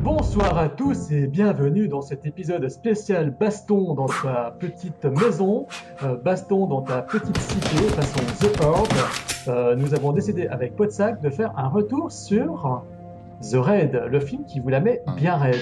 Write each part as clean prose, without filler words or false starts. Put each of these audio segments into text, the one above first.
Bonsoir à tous et bienvenue dans cet épisode spécial baston dans ta petite maison, baston dans ta petite cité façon The Horde. Nous avons décidé avec Podsac de faire un retour sur The Raid, le film qui vous la met bien raide.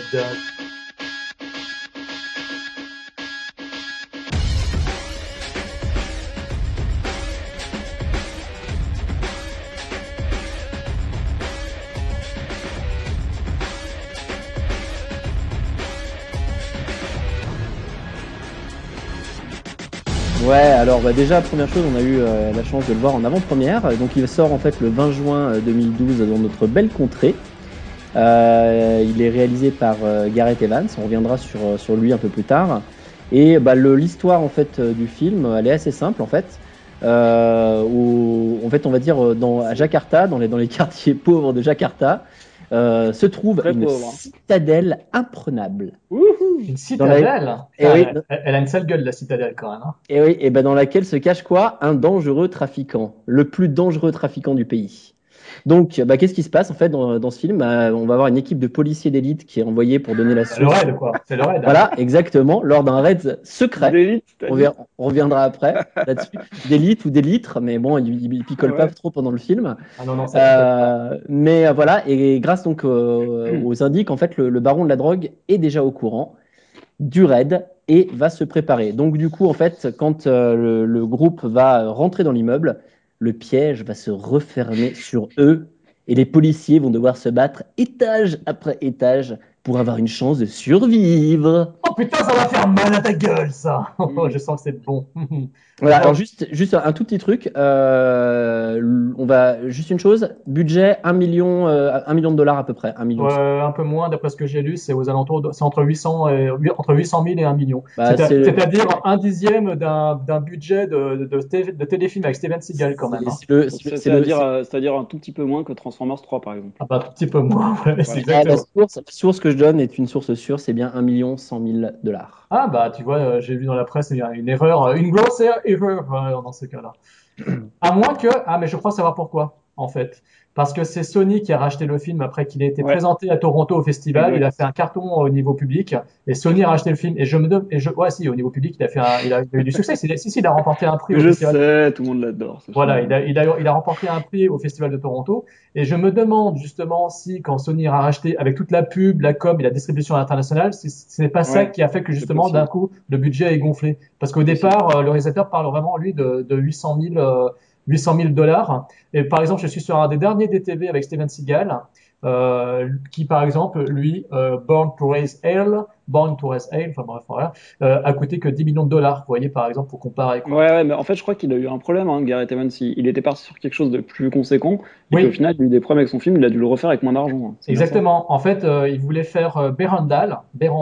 Ouais, alors déjà, première chose, on a eu la chance de le voir en avant-première. Donc il sort en fait le 20 juin 2012 dans notre belle contrée. Il est réalisé par Gareth Evans, on reviendra sur lui un peu plus tard. Et l'histoire en fait du film, elle est assez simple en fait. En fait, on va dire à Jakarta, dans les quartiers pauvres de Jakarta, se trouve une citadelle imprenable. Une citadelle. Elle a une sale gueule, la citadelle, quand même. Hein. Et oui, et dans laquelle se cache quoi? Un dangereux trafiquant, le plus dangereux trafiquant du pays. Donc, qu'est-ce qui se passe en fait dans ce film? On va avoir une équipe de policiers d'élite qui est envoyée pour donner la suite. Le raid, quoi. C'est le raid. Voilà, exactement, lors d'un raid secret. D'élite, on reviendra après là-dessus. D'élite ou d'élitre, mais bon, il picole pas trop pendant le film. Ah non, mais voilà, et grâce donc aux indices, en fait, le baron de la drogue est déjà au courant du raid et va se préparer. Donc du coup, en fait, quand le groupe va rentrer dans l'immeuble, le piège va se refermer sur eux et les policiers vont devoir se battre étage après étage pour avoir une chance de survivre. Oh putain, ça va faire mal à ta gueule, ça. Je sens que c'est bon. Voilà, alors juste un tout petit truc. On va juste une chose. Budget 1 million de dollars à peu près. 1 million. Un peu moins, d'après ce que j'ai lu, c'est aux alentours, c'est entre 800 000 et 1 million. C'est-à-dire un dixième d'un budget de téléfilm avec Steven Seagal quand même. C'est-à-dire un tout petit peu moins que Transformers 3 par exemple. Ah bah, un tout petit peu moins. Ouais, c'est exactement. La source que je donne est une source sûre, c'est bien 1 100 000 dollars. Ah bah tu vois, j'ai vu dans la presse, il y a une erreur, une grosse erreur dans ce cas-là. À moins que, mais je crois savoir pourquoi en fait. Parce que c'est Sony qui a racheté le film après qu'il ait été présenté à Toronto au festival. Il a fait un carton au niveau public et Sony a racheté le film. Et au niveau public, il a eu du succès. Il a remporté un prix au festival. Je sais, tout le monde l'adore. Voilà, il a remporté un prix au festival de Toronto. Et je me demande justement si, quand Sony a racheté avec toute la pub, la com et la distribution internationale, ce n'est pas ça qui a fait que justement d'un coup le budget est gonflé. Parce qu'au départ, le réalisateur parle vraiment lui de 800 000 dollars. Et par exemple, je suis sur un des derniers DTV avec Steven Seagal, qui par exemple, lui, Born to Raise Hell, enfin bref, voilà, a coûté que 10 millions de dollars, vous voyez, par exemple, pour comparer. Quoi. Ouais, mais en fait, je crois qu'il a eu un problème, Gareth Evans. Il était parti sur quelque chose de plus conséquent, et qu'au final, il a eu des problèmes avec son film, il a dû le refaire avec moins d'argent. Exactement. En fait, il voulait faire Berandal.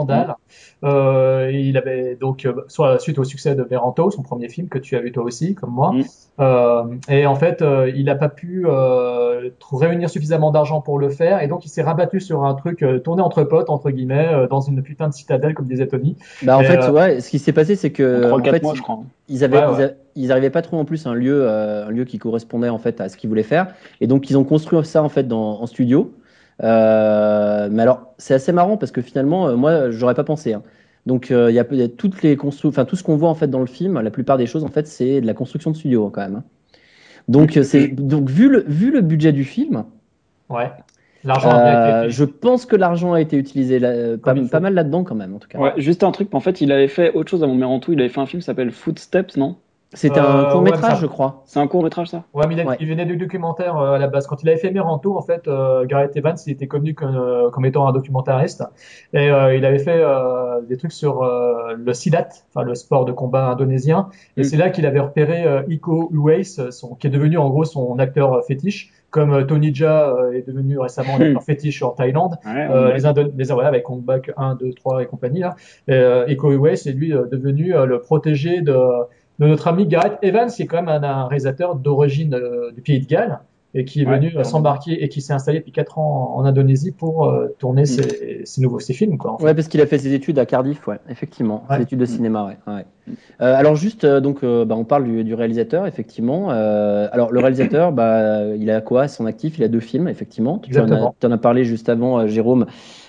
Il avait donc, suite au succès de Berranto, son premier film que tu as vu toi aussi, comme moi. Et en fait, il n'a pas pu réunir suffisamment d'argent pour le faire, et donc il s'est rabattu sur un truc tourné entre potes, entre guillemets, dans une putain de citadelle, comme disait Tony. En fait, ce qui s'est passé, c'est que en fait, mois, je crois. Ils arrivaient pas trop en plus un lieu qui correspondait en fait à ce qu'ils voulaient faire, et donc ils ont construit ça en fait en studio. Mais alors, c'est assez marrant parce que finalement, moi, j'aurais pas pensé. Hein. Donc, il y a toutes les tout ce qu'on voit en fait dans le film, la plupart des choses en fait, c'est de la construction de studio quand même. Hein. Donc, vu le budget du film. Ouais. Je pense que l'argent a été utilisé pas mal là-dedans quand même, en tout cas. Ouais, juste un truc, en fait, il avait fait autre chose avant Merantou, il avait fait un film qui s'appelle Footsteps, non? C'était un court-métrage, je crois. C'est un court-métrage, ça? Ouais, mais il venait du documentaire à la base. Quand il avait fait Merantou, en fait, Gareth Evans, il était connu comme étant un documentariste. Et il avait fait des trucs sur le silat, enfin le sport de combat indonésien. Et c'est là qu'il avait repéré Iko Uwais, qui est devenu en gros son acteur fétiche. Comme Tony Jaa est devenu récemment un acteur fétiche en Thaïlande, voilà, avec Hong Bak 1, 2, 3 et compagnie là. Iko Uwais est lui devenu le protégé de notre ami Gareth Evans, qui est quand même un réalisateur d'origine du pays de Galles et qui est venu s'embarquer et qui s'est installé depuis 4 ans en Indonésie pour tourner ses films. Quoi, en fait. Ouais, parce qu'il a fait ses études à Cardiff, effectivement, ses études de cinéma. Alors juste, on parle du réalisateur, effectivement. Alors le réalisateur, il a quoi à son actif? Il a 2 films, effectivement. Tu en as parlé juste avant, Jérôme.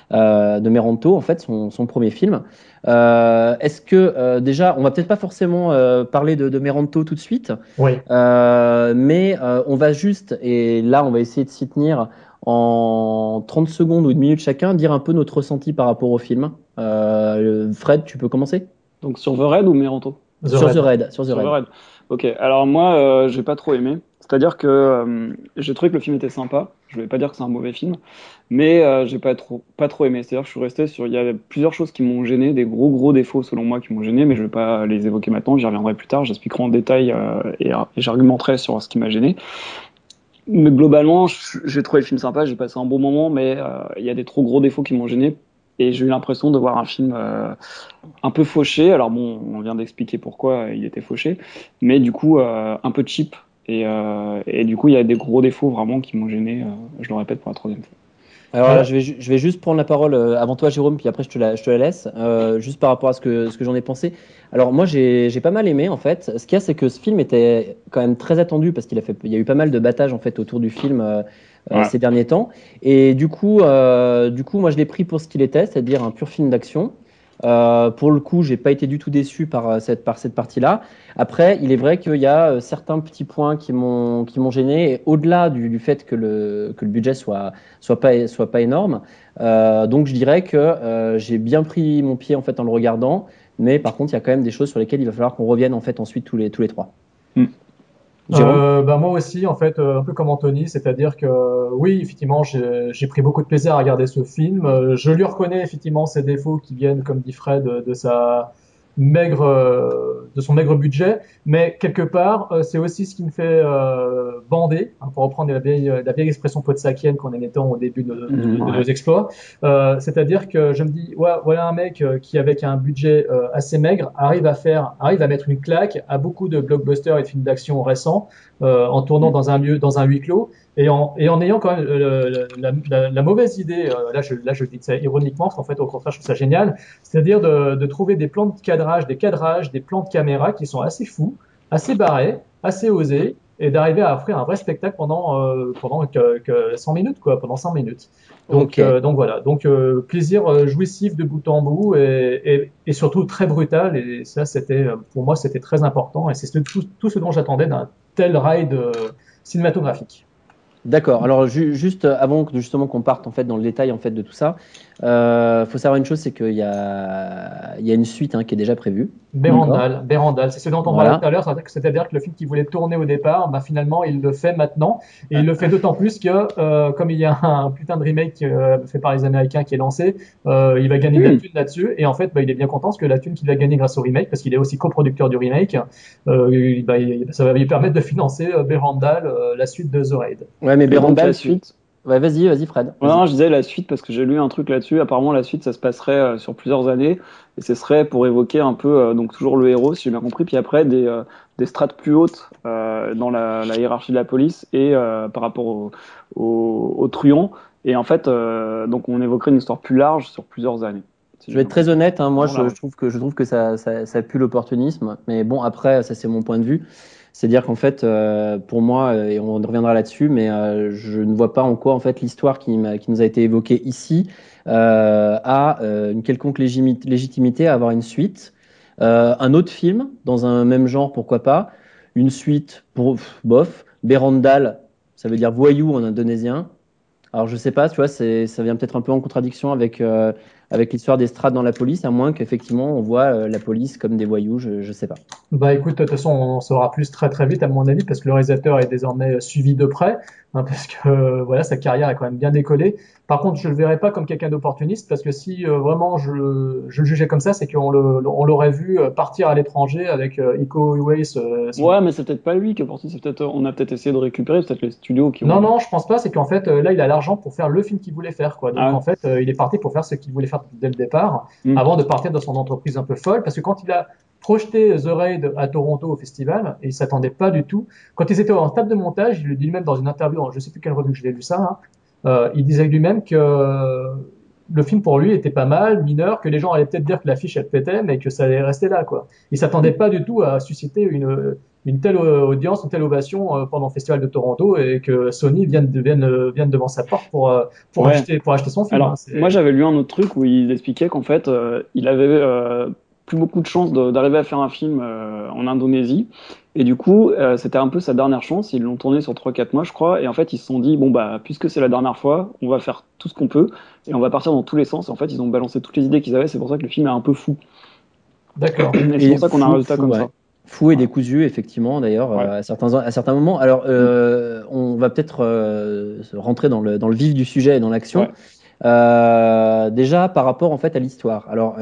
de Meranto, en fait, son premier film. Est-ce que déjà, on va peut-être pas forcément parler de Meranto tout de suite, Oui. mais on va juste, et là, on va essayer de s'y tenir en 30 secondes ou une minute chacun, dire un peu notre ressenti par rapport au film. Fred, tu peux commencer? Donc sur The Raid ou Meranto? The Sur The Red. Raid, sur The Sur The Raid. Raid. Ok, alors moi, j'ai pas trop aimé. C'est-à-dire que j'ai trouvé que le film était sympa. Je vais pas dire que c'est un mauvais film, mais j'ai pas trop aimé. C'est-à-dire que je suis resté sur. Il y a plusieurs choses qui m'ont gêné, des gros défauts selon moi qui m'ont gêné, mais je vais pas les évoquer maintenant. J'y reviendrai plus tard. J'expliquerai en détail et j'argumenterai sur ce qui m'a gêné. Mais globalement, j'ai trouvé le film sympa. J'ai passé un bon moment, mais il y a des trop gros défauts qui m'ont gêné. Et j'ai eu l'impression de voir un film un peu fauché. Alors bon, on vient d'expliquer pourquoi il était fauché, mais du coup un peu cheap. Et du coup, il y a des gros défauts vraiment qui m'ont gêné. Je le répète pour la troisième fois. Alors là, Voilà. je vais juste prendre la parole avant toi, Jérôme, puis après je te la laisse, juste par rapport à ce que j'en ai pensé. Alors moi, j'ai pas mal aimé en fait. Ce qu'il y a, c'est que ce film était quand même très attendu parce il y a eu pas mal de battages en fait autour du film Ouais. ces derniers temps. Et du coup, moi, je l'ai pris pour ce qu'il était, c'est-à-dire un pur film d'action. Pour le coup, j'ai pas été du tout déçu par cette partie-là. Après, il est vrai qu'il y a certains petits points qui m'ont gêné. Et au-delà du fait que le budget soit pas énorme. Donc je dirais que j'ai bien pris mon pied en fait en le regardant, mais par contre il y a quand même des choses sur lesquelles il va falloir qu'on revienne en fait ensuite tous les trois. Mm. Jérôme? Bah, moi aussi, en fait, un peu comme Anthony, c'est-à-dire que oui, effectivement, j'ai pris beaucoup de plaisir à regarder ce film. Je lui reconnais effectivement ses défauts qui viennent, comme dit Fred, de sa de son maigre budget, mais quelque part, c'est aussi ce qui me fait bander, hein, pour reprendre la vieille expression podsakienne qu'on aimait tant au début de nos Ouais. exploits. C'est-à-dire que je me dis, ouais, voilà un mec qui, avec un budget assez maigre, arrive à mettre une claque à beaucoup de blockbusters et de films d'action récents, en tournant dans un huis clos, et en ayant quand même la mauvaise idée, là je dis ça ironiquement, parce qu'en fait, au contraire, je trouve ça génial, c'est-à-dire de trouver des plans de cadrage, des cadrages, des plans de caméra qui sont assez fous, assez barrés, assez osés, et d'arriver à offrir un vrai spectacle pendant que 100 minutes, quoi, pendant 100 minutes. Donc, Ok. donc voilà, donc plaisir jouissif de bout en bout et surtout très brutal. Et ça, pour moi, c'était très important. Et c'est tout ce dont j'attendais d'un tel ride cinématographique. D'accord. Alors juste avant que justement qu'on parte en fait dans le détail en fait de tout ça, faut savoir une chose, c'est qu'il y a une suite hein, qui est déjà prévue. D'accord. Berandal, c'est ce dont on parlait tout Voilà. à l'heure, c'est-à-dire que le film qu'il voulait tourner au départ, bah, finalement, il le fait maintenant. Et il le fait d'autant plus que, comme il y a un putain de remake fait par les Américains qui est lancé, il va gagner de la Hmm. thune là-dessus. Et en fait, bah, il est bien content parce que la thune qu'il va gagner grâce au remake, parce qu'il est aussi coproducteur du remake, ça va lui permettre de financer Berandal, la suite de The Raid. Ouais, mais Et donc la Berandal, suite. ouais, vas-y, Fred. Ouais, Vas-y. non, je disais la suite parce que j'ai lu un truc là-dessus. Apparemment, la suite, ça se passerait sur plusieurs années et ce serait pour évoquer un peu, donc toujours le héros, si j'ai bien compris, puis après des strates plus hautes dans la hiérarchie de la police et par rapport aux truands. Et en fait, donc on évoquerait une histoire plus large sur plusieurs années, si Je j'ai vais être bien très compris. honnête, hein, moi Vraiment je, large. je trouve que ça pue l'opportunisme. Mais bon, après, ça c'est mon point de vue. C'est-à-dire qu'en fait, pour moi, et on reviendra là-dessus, mais je ne vois pas en quoi en fait l'histoire qui nous a été évoquée ici a une quelconque légitimité à avoir une suite. Un autre film dans un même genre, pourquoi pas. Une suite pour bof. Berandal, ça veut dire voyou en indonésien. Alors je sais pas, tu vois, ça vient peut-être un peu en contradiction avec l'histoire des strats dans la police, à moins qu'effectivement on voit la police comme des voyous, je sais pas. Bah écoute, de toute façon, on en saura plus très très vite à mon avis, parce que le réalisateur est désormais suivi de près, hein, parce que voilà, sa carrière a quand même bien décollé. Par contre, je le verrais pas comme quelqu'un d'opportuniste, parce que si vraiment je le jugeais comme ça, c'est on l'aurait vu partir à l'étranger avec Iko Uwais. Ouais, mais c'est peut-être pas lui qui est parti. C'est peut-être, on a peut-être essayé de récupérer, c'est peut-être les studios qui Non, ont. non, je pense pas. C'est qu'en fait, là, il a l'argent pour faire le film qu'il voulait faire, quoi. Donc, Ah en ouais. fait, il est parti pour faire ce qu'il voulait faire dès le départ, Hmm. avant de partir dans son entreprise un peu folle. Parce que quand il a projeté The Raid à Toronto au festival, et il s'attendait pas du tout. Quand ils étaient en table de montage, il le dit lui-même dans une interview, dans je sais plus quelle revue que je l'ai lu ça, hein, il disait lui-même que le film pour lui était pas mal, mineur, que les gens allaient peut-être dire que l'affiche elle pétait, mais que ça allait rester là, quoi. Il s'attendait pas du tout à susciter une telle audience, une telle ovation pendant le Festival de Toronto et que Sony vienne devant sa porte Ouais. pour acheter son film. Hein. Alors, moi, j'avais lu un autre truc où il expliquait qu'en fait, il avait plus beaucoup de chances d'arriver à faire un film en Indonésie. Et du coup, c'était un peu sa dernière chance. Ils l'ont tourné sur 3 4 mois, je crois. Et en fait, ils se sont dit, bon, bah, puisque c'est la dernière fois, on va faire tout ce qu'on peut. Et on va partir dans tous les sens. Et en fait, ils ont balancé toutes les idées qu'ils avaient. C'est pour ça que le film est un peu fou. D'accord. Et c'est Et pour ça qu'on a un résultat comme ouais. ça. Fou et Voilà. décousu, effectivement, d'ailleurs, Ouais. à certains moments. Alors, Mm. on va peut-être se rentrer dans le vif du sujet et dans l'action. Ouais. Déjà, par rapport en fait à l'histoire. Alors,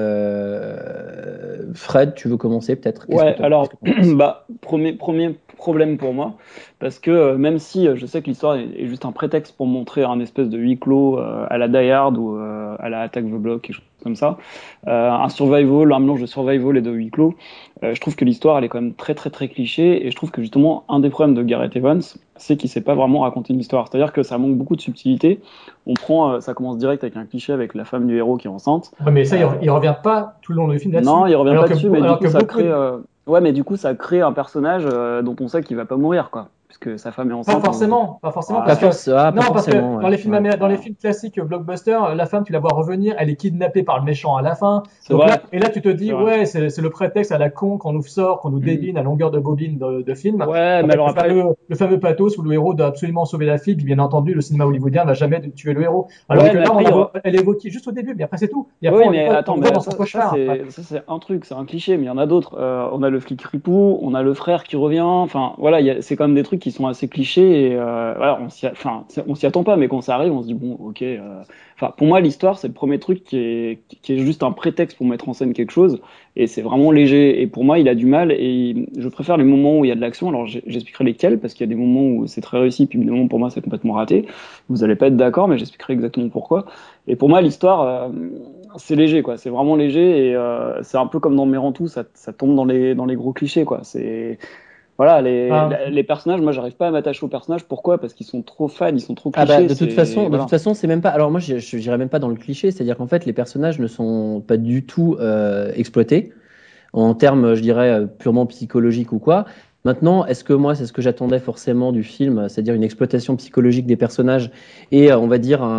Fred, tu veux commencer peut-être? Ouais, Qu'est-ce que alors, t'en penses? bah, premier problème pour moi, parce que même si je sais que l'histoire est juste un prétexte pour montrer un espèce de huis clos à la Die Hard ou à la Attack the Block, quelque chose comme ça, un survival, un mélange de survival et de huis clos, je trouve que l'histoire elle est quand même très très très cliché et je trouve que justement un des problèmes de Gareth Evans, c'est qu'il sait pas vraiment raconter une histoire. C'est-à-dire que ça manque beaucoup de subtilité. On prend, ça commence direct avec un cliché avec la femme du héros qui est enceinte. Ouais, mais ça, Euh, il revient pas tout le long du film non, là-dessus. il revient pas dessus, mais du Alors coup, que ça beaucoup, crée. Ouais, mais du coup, ça crée un personnage dont on sait qu'il va pas mourir, quoi. Puisque sa femme est enceinte. Pas forcément, Voilà. parce que Pas non, parce que forcément, ouais. Ouais. dans les films classiques blockbuster, la femme, tu la vois revenir, elle est kidnappée par le méchant à la fin. C'est Donc là, vrai, et là, tu te c'est dis, vrai. ouais, c'est le prétexte à la con qu'on nous sort, qu'on nous Mm. débine à longueur de bobine de film, Ouais, mais avec alors après. le fameux pathos où le héros doit absolument sauver la fille. Puis bien entendu, le cinéma hollywoodien n'a jamais tué le héros. Alors Ouais, que mais là, après, il y aura. elle est évoquée juste au début, mais après c'est tout. Et après, Oui, mais on attends, le voit mais dans son ça cauchemar. Après. c'est un truc, c'est un cliché, mais il y en a d'autres. On a le flic ripou, on a le frère qui revient. Enfin, voilà, c'est quand même des trucs qui sont assez clichés. Et voilà, enfin, on s'y attend pas, mais quand ça arrive, on se dit bon, ok. Enfin, pour moi, l'histoire, c'est le premier truc qui est juste un prétexte pour mettre en scène quelque chose, et c'est vraiment léger. Et pour moi, il a du mal, et je préfère les moments où il y a de l'action. Alors, j'expliquerai lesquels, parce qu'il y a des moments où c'est très réussi, puis des moments pour moi, c'est complètement raté. Vous allez pas être d'accord, mais j'expliquerai exactement pourquoi. Et pour moi, l'histoire, c'est léger, quoi. C'est vraiment léger et c'est un peu comme dans Mérantou, ça tombe dans les gros clichés, quoi. C'est voilà, Enfin, les personnages, moi, j'arrive pas à m'attacher aux personnages. Pourquoi? Parce qu'ils sont trop fades, ils sont trop Ah bah clichés. C'est de toute voilà. façon, c'est même pas. Alors moi, je n'irais même pas dans le cliché, c'est-à-dire qu'en fait, les personnages ne sont pas du tout exploités en termes, je dirais, purement psychologiques ou quoi. Maintenant, est-ce que moi, c'est ce que j'attendais forcément du film, c'est-à-dire une exploitation psychologique des personnages et on va dire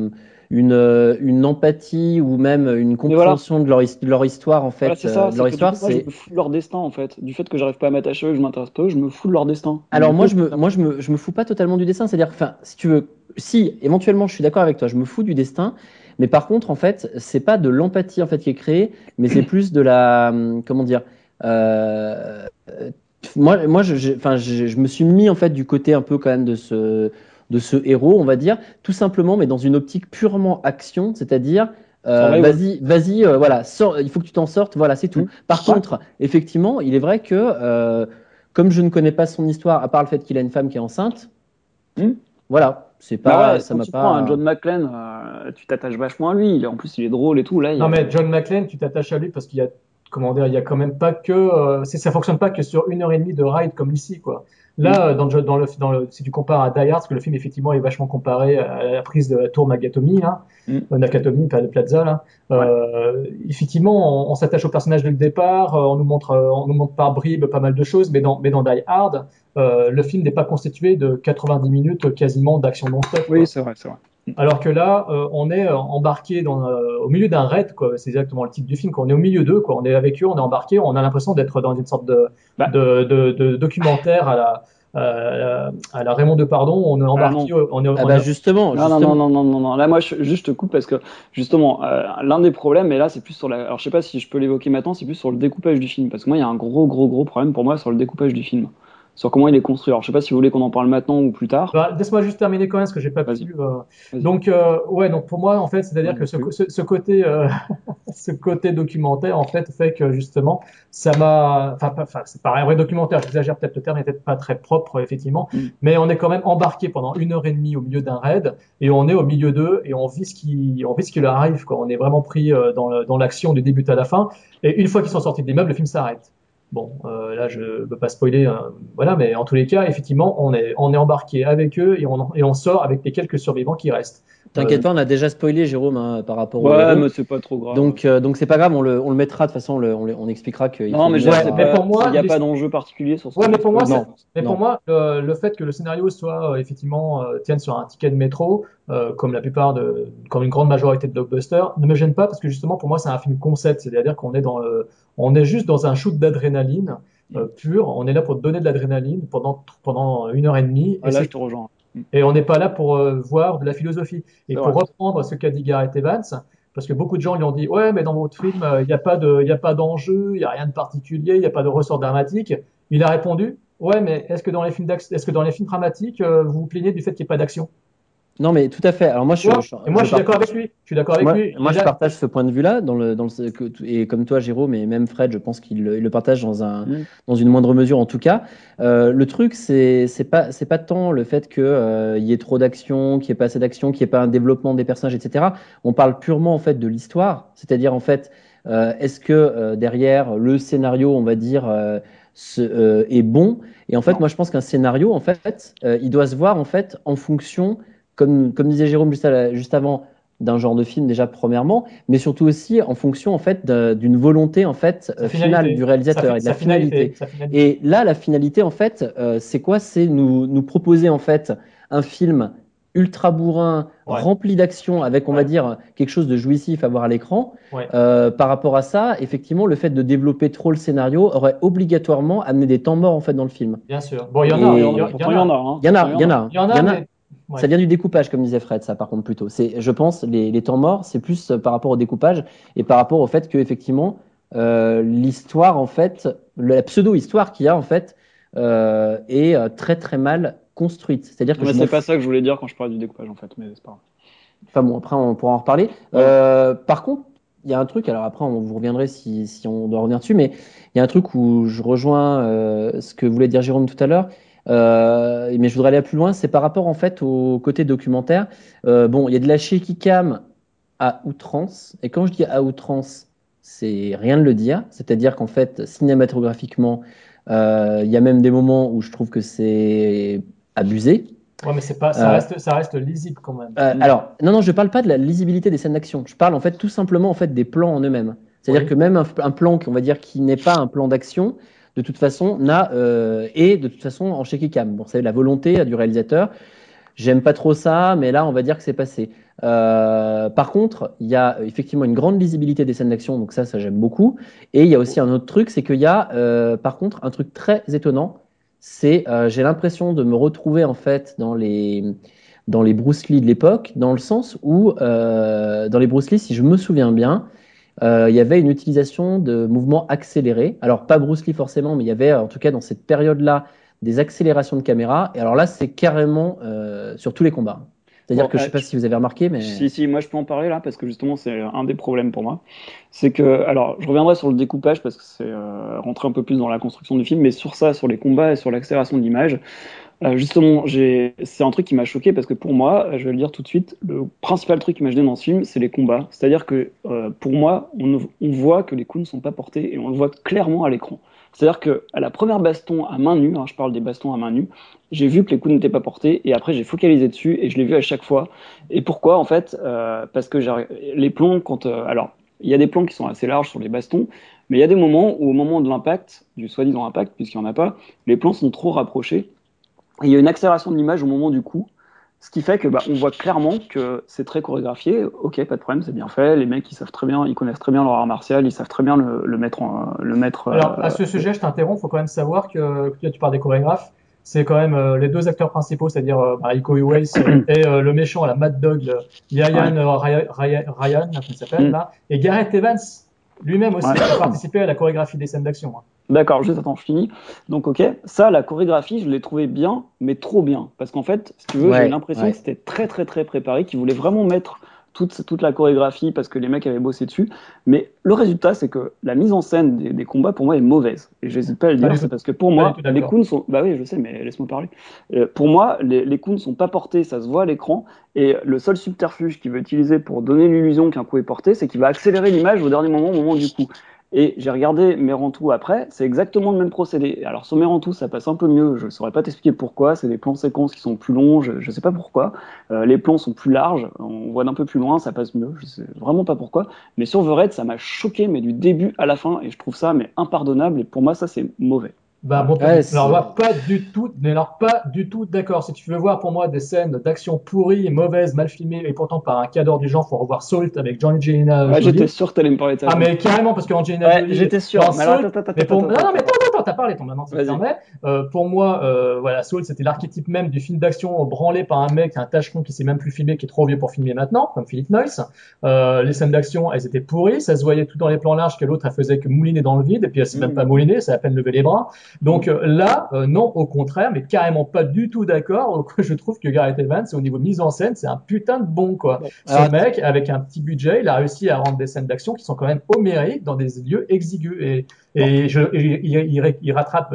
une empathie ou même une Mais voilà, compréhension de leur histoire en voilà, fait, c'est ça. de C'est leur que du histoire, coup, moi, je c'est. me fous de leur destin, en fait. Du fait que j'arrive pas à m'attacher à eux, que je m'intéresse pas à eux, je me fous de leur destin. Donc Alors du coup, je me fous pas totalement du destin, c'est-à-dire, enfin, si tu veux, si éventuellement je suis d'accord avec toi, je me fous du destin, mais par contre, en fait, c'est pas de l'empathie en fait qui est créée, mais c'est plus de la, comment dire, euh, euh, enfin, je me suis mis en fait du côté un peu quand même de ce héros, on va dire, tout simplement, mais dans une optique purement action, c'est-à-dire survival. vas-y, voilà, il faut que tu t'en sortes, voilà, c'est tout. Hmm. Par Ouais. contre, effectivement, il est vrai que comme je ne connais pas son histoire, à part le fait qu'il a une femme qui est enceinte, Hmm. voilà, c'est Bah pas, ouais, ça quand m'a tu prends un pas. John McClane, tu t'attaches vachement à lui. En plus, il est drôle et tout. Là, il y non a. mais John McClane, tu t'attaches à lui parce qu'il y a, comment dire, il y a quand même pas que, ça fonctionne pas que sur 1 heure et demie de ride comme ici, quoi. Hmm. Là, si tu compares à Die Hard, parce que le film effectivement est vachement comparé à la prise de la tour Nagatomi, là, Hmm. Nakatomi, pas de Plaza, là. Ouais. Effectivement, on s'attache au personnage dès le départ, on nous montre par bribes pas mal de choses, mais dans Die Hard, le film n'est pas constitué de 90 minutes quasiment d'action non-stop, Oui, quoi. c'est vrai, c'est vrai. Alors que là, on est embarqué au milieu d'un raid, quoi. C'est exactement le titre du film. Quoi. On est au milieu d'eux, quoi. On est avec eux, on est embarqué. On a l'impression d'être dans une sorte Bah, de documentaire à la Raymond Depardon. On est ah non. embarqué, Ah bah justement, Non, non, non, justement. non, non, non, non. Là, moi, juste te coupe parce que, justement, l'un des problèmes, et là, c'est plus sur la. Alors, je sais pas si je peux l'évoquer maintenant, c'est plus sur le découpage du film. Parce que moi, il y a un gros problème pour moi sur le découpage du film. Sur comment il est construit. Alors, je sais pas si vous voulez qu'on en parle maintenant ou plus tard. Bah, laisse-moi juste terminer quand même, parce que j'ai pas Vas-y, pu. vas-y. Ouais, donc pour moi, en fait, Moi c'est-à-dire que non plus. ce côté, ce côté documentaire, en fait que justement, ça m'a. Enfin, c'est pas un vrai documentaire. J'exagère peut-être le terme, il est peut-être pas très propre, effectivement, Mm. mais on est quand même embarqué pendant 1 heure et demie au milieu d'un raid, et on est au milieu d'eux, et on vit ce qui leur arrive, quoi. On est vraiment pris dans l'action du début à la fin, et une fois qu'ils sont sortis de l'immeuble, le film s'arrête. Bon, là, je ne peux pas spoiler, voilà, mais en tous les cas, effectivement, on est embarqué avec eux et on sort avec les quelques survivants qui restent. T'inquiète pas, on a déjà spoilé, Jérôme, hein, par rapport au Ouais, héros. mais c'est pas trop grave. Donc c'est pas grave, on le mettra de toute façon, on expliquera qu'il Non, faut mais je veux venir. dire, ouais, mais pour il moi, n'y a pas d'enjeu particulier sur ce ouais, que mais j'ai pour moi, spoilé. Non, mais pour non. moi, le fait que le scénario soit effectivement tienne sur un ticket de métro, comme comme une grande majorité de blockbusters, ne me gêne pas parce que justement pour moi c'est un film concept, c'est-à-dire on est juste dans un shoot d'adrénaline pure. On est là pour te donner de l'adrénaline pendant 1 heure et demie Ah, là, je te rejoins. et on n'est pas là pour voir de la philosophie. Et C'est pour vrai. reprendre ce qu'a dit Gareth Evans, parce que beaucoup de gens lui ont dit, ouais, mais dans votre film, il y a pas d'enjeu, il y a rien de particulier, il n'y a pas de ressort dramatique. Il a répondu, ouais, mais est-ce que dans les films dramatiques, vous vous plaignez du fait qu'il n'y ait pas d'action? Non, mais tout à fait. Alors moi, Tu vois? Et moi, je je suis d'accord partage. avec lui. Je suis d'accord avec lui. Moi, je partage ce point de vue-là, et comme toi, Jérôme, et même Fred, je pense il le partage Mm. dans une moindre mesure en tout cas. Le truc, c'est pas tant le fait qu'il y ait trop d'action, qu'il n'y ait pas assez d'action, qu'il n'y ait pas un développement des personnages, etc. On parle purement en fait de l'histoire, c'est-à-dire en fait, est-ce que derrière le scénario, on va dire, est bon? Et en fait, Non. moi, je pense qu'un scénario, en fait, il doit se voir en fait en fonction, comme disait Jérôme juste avant d'un genre de film déjà premièrement, mais surtout aussi en fonction en fait d'une volonté en fait Sa finale finalité, du réalisateur et de la sa finalité, finalité. sa finalité. Et là, la finalité en fait, c'est quoi? C'est nous proposer en fait un film ultra bourrin, Ouais, rempli d'action, avec on va ouais, dire quelque chose de jouissif à voir à l'écran. ouais, Par rapport à ça, effectivement, le fait de développer trop le scénario aurait obligatoirement amené des temps morts en fait dans le film. bien sûr. Bon, il y en Pourtant, a, il y en il a, y, il y pourtant, en il y en a, a, hein. Il y en Pourtant, a, il y il y en en a. a, il y en il y a, en a. mais Ça ouais. vient du découpage, comme disait Fred, ça par contre plutôt. Je pense, les temps morts, c'est plus par rapport au découpage et par rapport au fait que effectivement, l'histoire en fait, la pseudo-histoire qu'il y a en fait, est très très mal construite. C'est-à-dire Non, que mais je m'en c'est pas fous. ça que je voulais dire quand je parlais du découpage, en fait, mais c'est pas Enfin bon, après on pourra en reparler. grave. Ouais, ouais. Par contre, il y a un truc. Alors après, on vous reviendrez si on doit revenir dessus, mais il y a un truc où je rejoins ce que voulait dire Jérôme tout à l'heure. Mais je voudrais aller plus loin. C'est par rapport en fait au côté documentaire. Bon, il y a de la shaky cam à outrance. Et quand je dis à outrance, c'est rien de le dire. C'est-à-dire qu'en fait, cinématographiquement, il y a même des moments où je trouve que c'est abusé. Ouais, mais c'est pas, Euh, ça reste lisible quand même. Mm. alors, non, je parle pas de la lisibilité des scènes d'action. Je parle en fait tout simplement en fait des plans en eux-mêmes. C'est-à-dire Oui. que même un plan qu'on va dire qui n'est pas un plan d'action, de toute façon, est de toute façon en shaky cam. Bon, c'est la volonté du réalisateur. J'aime pas trop ça, mais là, on va dire que c'est passé. Par contre, il y a effectivement une grande lisibilité des scènes d'action, donc ça j'aime beaucoup. Et il y a aussi un autre truc, c'est qu'il y a, par contre, un truc très étonnant. J'ai l'impression de me retrouver en fait dans les Bruce Lee de l'époque, dans le sens où dans les Bruce Lee, si je me souviens bien, il y avait une utilisation de mouvements accélérés. Alors pas Bruce Lee forcément, mais il y avait en tout cas dans cette période-là des accélérations de caméra. Et alors là, c'est carrément sur tous les combats. C'est-à-dire Bon, que je sais pas si vous avez remarqué, mais si, moi je peux en parler là, parce que justement c'est un des problèmes pour moi. C'est que, alors je reviendrai sur le découpage, parce que c'est rentrer un peu plus dans la construction du film, mais sur ça, sur les combats et sur l'accélération de l'image, justement, c'est un truc qui m'a choqué, parce que pour moi, je vais le dire tout de suite, le principal truc qui m'a gêné dans ce film, c'est les combats. C'est-à-dire que pour moi, on voit que les coups ne sont pas portés, et on le voit clairement à l'écran. C'est-à-dire que à la première baston à main nue, hein, je parle des bastons à main nue, j'ai vu que les coups n'étaient pas portés, et après j'ai focalisé dessus, et je l'ai vu à chaque fois. Et pourquoi en fait? Parce que les plombs, alors il y a des plombs qui sont assez larges sur les bastons, mais il y a des moments où au moment de l'impact, du soi-disant impact, puisqu'il n'y en a pas, les plans sont trop rapprochés. Et il y a une accélération de l'image au moment du coup, ce qui fait que on voit clairement que c'est très chorégraphié. Ok, pas de problème, c'est bien fait. Les mecs, ils savent très bien, ils connaissent très bien leur art martial, ils savent très bien le mettre, le mettre. Alors, à ce sujet, je t'interromps, il faut quand même savoir que tu parles des chorégraphes, c'est quand même les deux acteurs principaux, c'est-à-dire Iko Uwais et le méchant, la Mad Dog, Ouais. Ryan, Ryan, comment il s'appelle, Mm. là, et Gareth Evans, lui-même Ouais. aussi, a participé à la chorégraphie des scènes d'action, hein. D'accord, juste attends, je finis. Donc ok, ça, la chorégraphie, je l'ai trouvé bien, mais trop bien. Parce qu'en fait, si tu veux, j'ai eu ouais, l'impression que ouais. c'était très très très préparé, qu'ils voulaient vraiment mettre toute la chorégraphie parce que les mecs avaient bossé dessus. Mais le résultat, c'est que la mise en scène des combats, pour moi, est mauvaise. Et j'hésite pas à le Pas dire, du c'est tout, parce que pour pas du moi, tout les d'accord. coups ne sont... Bah oui, je sais, mais laisse-moi parler. Pour moi, les coups ne sont pas portés, ça se voit à l'écran. Et le seul subterfuge qu'il veut utiliser pour donner l'illusion qu'un coup est porté, c'est qu'il va accélérer l'image au dernier moment, au moment du coup. Et j'ai regardé Merantou après, c'est exactement le même procédé. Alors sur Merantou, ça passe un peu mieux, je ne saurais pas t'expliquer pourquoi, c'est des plans séquences qui sont plus longs, je ne sais pas pourquoi. Les plans sont plus larges, on voit d'un peu plus loin, ça passe mieux, je sais vraiment pas pourquoi. Mais sur The Raid, ça m'a choqué, mais du début à la fin, et je trouve ça mais impardonnable, et pour moi, ça c'est mauvais. Bah, Voilà. bon, Ouais, alors, c'est- pas du tout, mais alors pas du tout d'accord. Si tu veux voir pour moi des scènes d'action pourries, mauvaises, mal filmées, et pourtant par un cadre du genre, faut revoir Salt avec Angelina Ouais, j'étais Jolie. sûr que t'allais me parler de ça, Ah, je me mais doutais. carrément, parce que Angelina Ouais, Jolie, j'étais dans sûr. Mais alors, Salt, mais pour, non, non, mais attends, t'as parlé, ton maintenant, si tu me Vas-y. permets. Pour moi, voilà, Salt, c'était l'archétype même du film d'action branlé par un mec, un tâcheron qui sait même plus filmer, qui est trop vieux pour filmer maintenant, comme Philippe Noyce. Les scènes d'action, elles étaient pourries, ça se voyait tout dans les plans larges que l'autre, elle faisait que mouliner dans le vide, et puis elle s'est même pas moulinée, c'est à peine lever les bras. Donc là, non, au contraire, mais carrément pas du tout d'accord. Je trouve que Gareth Evans, au niveau mise en scène, c'est un putain de bon, quoi. Bon, Ce alors, mec, avec un petit budget, il a réussi à rendre des scènes d'action qui sont quand même homériques dans des lieux exigus. bon, Il rattrape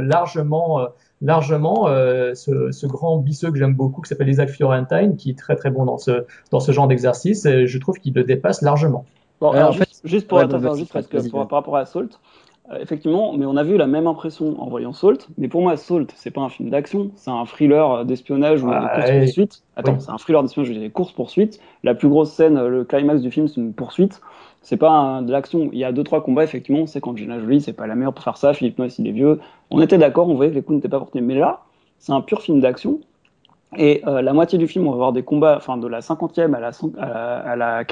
largement ce grand bisseux que j'aime beaucoup, qui s'appelle Isaac Fiorentine, qui est très très bon dans ce genre d'exercice. Et je trouve qu'il le dépasse largement. Bon, alors en fait, juste pour ouais, attends, vas-y, juste Fred, parce que vas-y. par rapport à Salt, effectivement, mais on a vu la même impression en voyant Salt. Mais pour moi, Salt, c'est pas un film d'action, c'est un thriller d'espionnage où il y a des Ouais, courses-poursuites. oui. Attends, c'est un thriller d'espionnage où il y a des courses-poursuites. La plus grosse scène, le climax du film, c'est une poursuite. C'est pas de l'action. Il y a deux trois combats, effectivement. C'est quand Gina Jolie, c'est pas la meilleure pour faire ça. Philippe Noyce, il est vieux. On était d'accord, on voyait que les coups n'étaient pas portés. Mais là, c'est un pur film d'action. Et la moitié du film, on va voir des combats, enfin de la 50e à la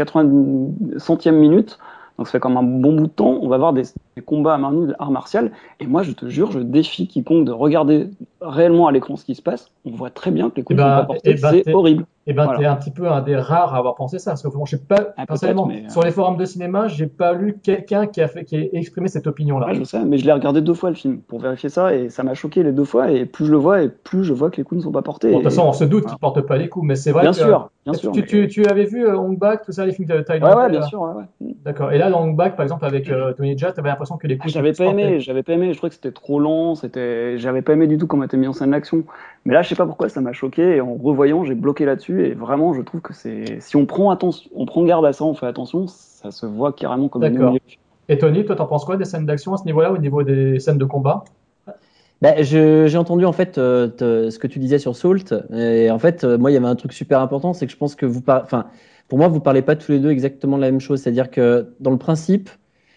80e minute. Donc ça fait comme un bon bout de temps. On va voir des combats à main nue d'art martial. Et moi, je te jure, je défie quiconque de regarder réellement à l'écran ce qui se passe. On voit très bien que les Et coups ne sont pas ben, portés. C'est horrible. t'es Voilà. un petit peu un des rares à avoir pensé ça. Parce que bon, je sais pas, Ah, peut-être, personnellement, mais sur les forums de cinéma, j'ai pas lu quelqu'un qui a exprimé cette ouais, opinion-là. je sais. Mais je l'ai regardé deux fois le film pour vérifier ça. Et ça m'a choqué les deux fois. Et plus je le vois, et plus je vois que les coups ne sont pas Bon, de toute portés. façon, Et on se doute qu'il voilà. porte pas les coups, mais c'est vrai que Bien sûr, mais tu avais vu Hong Bak, tout ça, les films ouais, ouais, thaïlandais. bien sûr, ouais, ouais. D'accord. Et là, dans Hong Bak, par exemple, avec Tony Jaa, tu avais l'impression que les Ah, coups étaient plus portés. j'avais pas aimé, je trouvais que c'était trop lent, j'avais pas aimé du tout comment était mis en scène l'action. Mais là, je sais pas pourquoi ça m'a choqué et en revoyant, j'ai bloqué là-dessus et vraiment, je trouve que si on prend attention, on prend garde à ça, on fait attention, ça se voit carrément comme une D'accord. humiliation. Et Tony, toi, t'en penses quoi des scènes d'action à ce niveau-là, au niveau des scènes de combat? Bah, j'ai entendu en fait ce que tu disais sur Salt. Et en fait, moi, il y avait un truc super important, c'est que je pense que enfin, pour moi, vous parlez pas tous les deux exactement de la même chose. C'est-à-dire que dans le principe,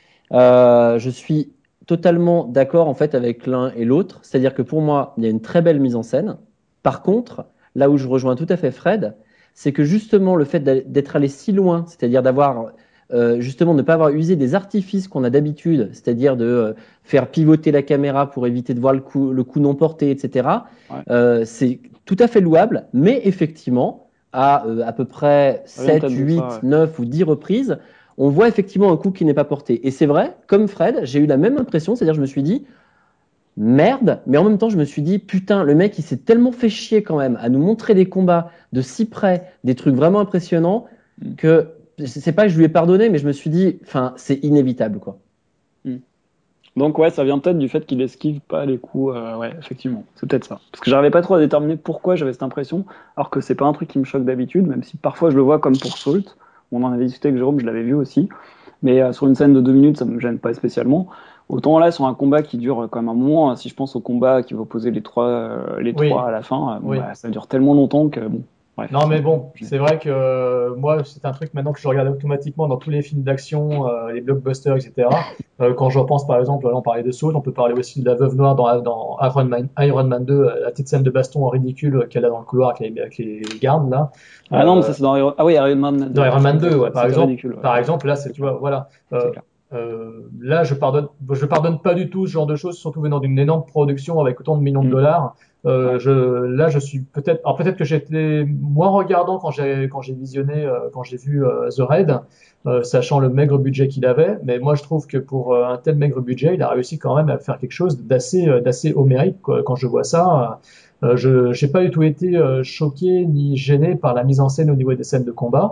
je suis totalement d'accord en fait avec l'un et l'autre. C'est-à-dire que pour moi, il y a une très belle mise en scène. Par contre, là où je rejoins tout à fait Fred, c'est que justement le fait d'être allé si loin, c'est-à-dire d'avoir justement ne pas avoir usé des artifices qu'on a d'habitude, c'est-à-dire de faire pivoter la caméra pour éviter de voir le coup non porté, etc. Ouais, C'est tout à fait louable, mais effectivement, à peu près ça vient 7, peut-être de ça, 8, ouais. 9 ou 10 reprises, on voit effectivement un coup qui n'est pas porté. Et c'est vrai, comme Fred, j'ai eu la même impression, c'est-à-dire je me suis dit, merde, mais en même temps je me suis dit, putain, le mec il s'est tellement fait chier quand même à nous montrer des combats de si près, des trucs vraiment impressionnants, Mm. que c'est pas que je lui ai pardonné, mais je me suis dit, enfin, c'est inévitable, quoi. Mm. Donc ouais, ça vient peut-être du fait qu'il esquive pas les coups, ouais, effectivement, c'est peut-être ça. Parce que j'arrivais pas trop à déterminer pourquoi j'avais cette impression, alors que c'est pas un truc qui me choque d'habitude, même si parfois je le vois comme pour Salt. On en avait discuté avec Jérôme, je l'avais vu aussi. Mais sur une scène de 2 minutes, ça me gêne pas spécialement. Autant là, sur un combat qui dure quand même un moment, si je pense au combat qui va opposer les trois Oui, à la fin, bon, oui. bah, ça dure tellement longtemps que, bon, bref, Non, ça mais me bon, gêne. c'est vrai que moi, c'est un truc maintenant que je regarde automatiquement dans tous les films d'action, les blockbusters, etc. Quand je repense, par exemple, là, on parlait de Saul, on peut parler aussi de la Veuve Noire dans Iron Man 2, la petite scène de baston ridicule qu'elle a dans le couloir avec les gardes, là. Ah non, mais Euh, ça c'est dans Ah oui, Iron Man Dans 2, Iron ouais, Man 2, exact. ouais, C'était ridicule, ouais, par ouais, exemple, là, c'est tu clair, vois, voilà. c'est clair. Là, je pardonne pas du tout ce genre de choses, surtout venant d'une énorme production avec autant de millions de Mm, dollars. ouais. Là, je suis peut-être, alors peut-être que j'étais moins regardant quand j'ai visionné, quand j'ai vu The Raid, sachant le maigre budget qu'il avait. Mais moi, je trouve que pour un tel maigre budget, il a réussi quand même à faire quelque chose d'assez homérique, quoi. Quand je vois ça, j'ai pas du tout été choqué ni gêné par la mise en scène au niveau des scènes de combat.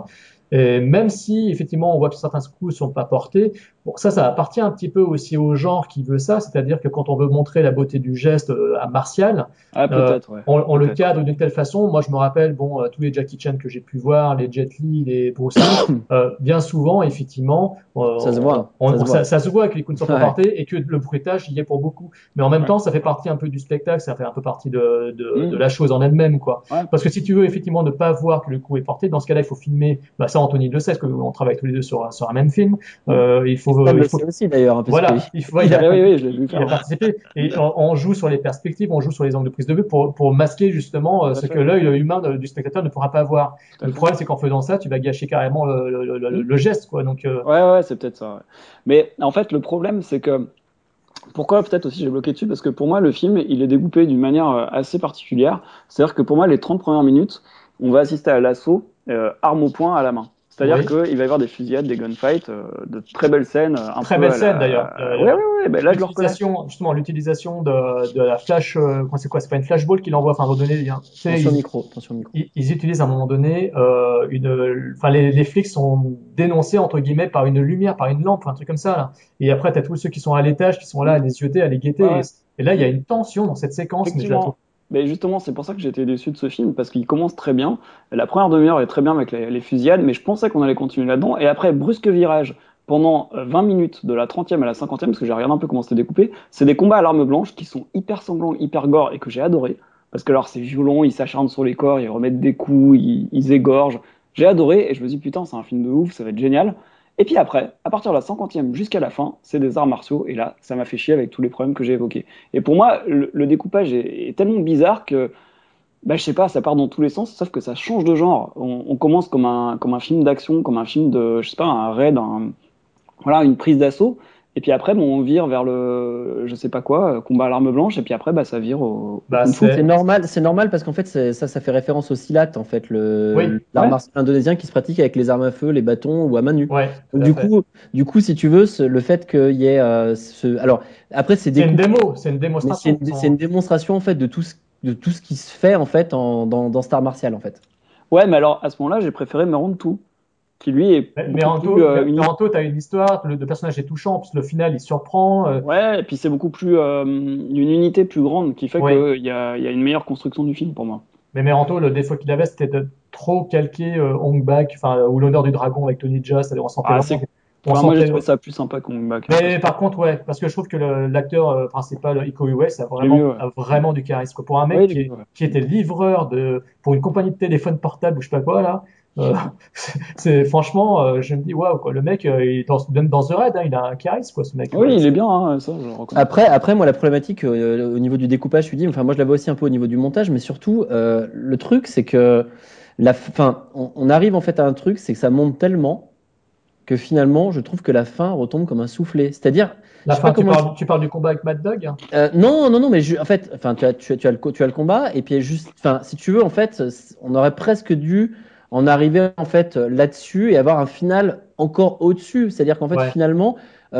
Et même si, effectivement, on voit que certains coups sont pas portés, bon, ça appartient un petit peu aussi au genre qui veut ça, c'est-à-dire que quand on veut montrer la beauté du geste à martial, Ah, peut-être, ouais. on le Peut-être. cadre d'une telle façon. Moi, je me rappelle, bon, tous les Jackie Chan que j'ai pu voir, les Jet Li, les Bruce Lee, bien souvent, effectivement, Ça se voit, ça se voit. ça se voit que les coups ne sont pas Ouais. portés et que le bruitage y est pour beaucoup. Mais en même Ouais. temps, ça fait partie un peu du spectacle, ça fait un peu partie de Hmm. la chose en elle-même, quoi. Ouais. Parce que si tu veux effectivement ne pas voir que le coup est porté, dans ce cas-là, il faut filmer. Bah ça, Anthony le sait, parce qu'on travaille tous les deux sur un même film. Stan Il le faut sait aussi d'ailleurs, hein, parce que voilà, ouais, il a- Oui, oui, je l'ai vu il a faire. participé et on joue sur les perspectives, on joue sur les angles de prise de vue pour masquer justement Tout à ce fait. que l'œil humain du spectateur ne pourra pas voir. Tout à Le fait. problème, c'est qu'en faisant ça, tu vas gâcher carrément Hmm. le geste, quoi. Donc, Ouais, ouais, c'est peut-être ça. Ouais. Mais en fait, le problème, c'est que pourquoi peut-être aussi j'ai bloqué dessus, parce que pour moi, le film, il est découpé d'une manière assez particulière. C'est-à-dire que pour moi, les 30 premières minutes, on va assister à l'assaut, arme au poing à la main. C'est-à-dire oui. qu'il va y avoir des fusillades, des gunfights, de très belles scènes, un Très peu belle à scène d'ailleurs. la. Ouais, ouais, ouais, ben là, je le reconnais. L'utilisation, justement, l'utilisation de la flash, c'est quoi? C'est pas une flashball qu'il envoie, enfin, à un moment donné, tu sais, Attention au micro, attention au micro. ils utilisent à un moment donné enfin les flics sont dénoncés entre guillemets par une lumière, par une lampe, un truc comme ça là. Et après t'as tous ceux qui sont à l'étage qui sont là à les yeuter, à les Ouais, guetter. ouais. Et là il y Mm. a une tension dans cette séquence, mais je la trouve. Effectivement. Mais justement, c'est pour ça que j'étais déçu de ce film, parce qu'il commence très bien. La première demi-heure est très bien avec les fusillades, mais je pensais qu'on allait continuer là-dedans. Et après, brusque virage, pendant 20 minutes, de la 30e à la 50e, parce que j'ai regardé un peu comment c'était découpé, c'est des combats à l'arme blanche qui sont hyper sanglants, hyper gore, et que j'ai adoré. Parce que alors, c'est violent, ils s'acharnent sur les corps, ils remettent des coups, ils égorgent. J'ai adoré, et je me dis, putain, c'est un film de ouf, ça va être génial. Et puis après, à partir de la 50e jusqu'à la fin, c'est des arts martiaux, et là, ça m'a fait chier avec tous les problèmes que j'ai évoqués. Et pour moi, le découpage est tellement bizarre que, bah, je sais pas, ça part dans tous les sens, sauf que ça change de genre. On commence comme un film d'action, comme un film de, je sais pas, un raid, voilà, une prise d'assaut. Et puis après, bon, on vire vers le, je sais pas quoi, combat à l'arme blanche. Et puis après, bah, ça vire au Bah kung-fu. C'est normal, c'est normal parce qu'en fait, ça fait référence au silat, en fait, oui, l'art Ouais, martial indonésien qui se pratique avec les armes à feu, les bâtons ou à main nue. ouais, tout Donc, à fait. du coup, si tu veux, le fait qu'il y ait alors, après, c'est C'est une découpé, démo, c'est une mais démonstration. c'est une démonstration, en fait, de tout ce qui se fait, en fait, dans cet art martial, en fait. ouais, mais alors à ce moment-là, j'ai préféré Me rendre tout, qui lui est beaucoup plus Mais une Anto, t'as une histoire, le personnage est touchant, parce que le final il surprend. Ouais, et puis c'est beaucoup plus une unité plus grande qui fait Oui. qu'il y a une meilleure construction du film pour moi. Mais Meranto, le défaut qu'il avait, c'était de trop calquer Hong Bak, enfin, ou l'honneur du dragon avec Tony Jaa, c'est-à-dire Ah, on Enfin, moi j'ai sentait. trouvé ça plus sympa qu'on Back, hein, Mais par contre, ouais, parce que je trouve que l'acteur principal, Iko Uwais, il est mieux, ouais. a vraiment du charisme, quoi. Pour un mec Oui, il est mieux, ouais. qui était livreur pour une compagnie de téléphone portable ou je sais pas quoi, là, euh, c'est franchement, je me dis, waouh, quoi, le mec, même dans The Raid, hein, il a un charisme, quoi, ce mec. Oui, il est bien, hein, ça je le reconnais. Après, moi, la problématique au niveau du découpage, je suis dit, enfin, moi, je l'avais aussi un peu au niveau du montage, mais surtout, le truc, c'est que fin, on arrive en fait à un truc, c'est que ça monte tellement que finalement, je trouve que la fin retombe comme un soufflet. C'est-à-dire, je La sais pas fin, comment. tu parles du combat avec Mad Dog? Hein. Non, non, non, mais en fait, enfin, tu as le combat, et puis juste, enfin, si tu veux, en fait, on aurait presque dû en arriver en fait là-dessus et avoir un final encore au-dessus. C'est-à-dire qu'en fait, Ouais, finalement,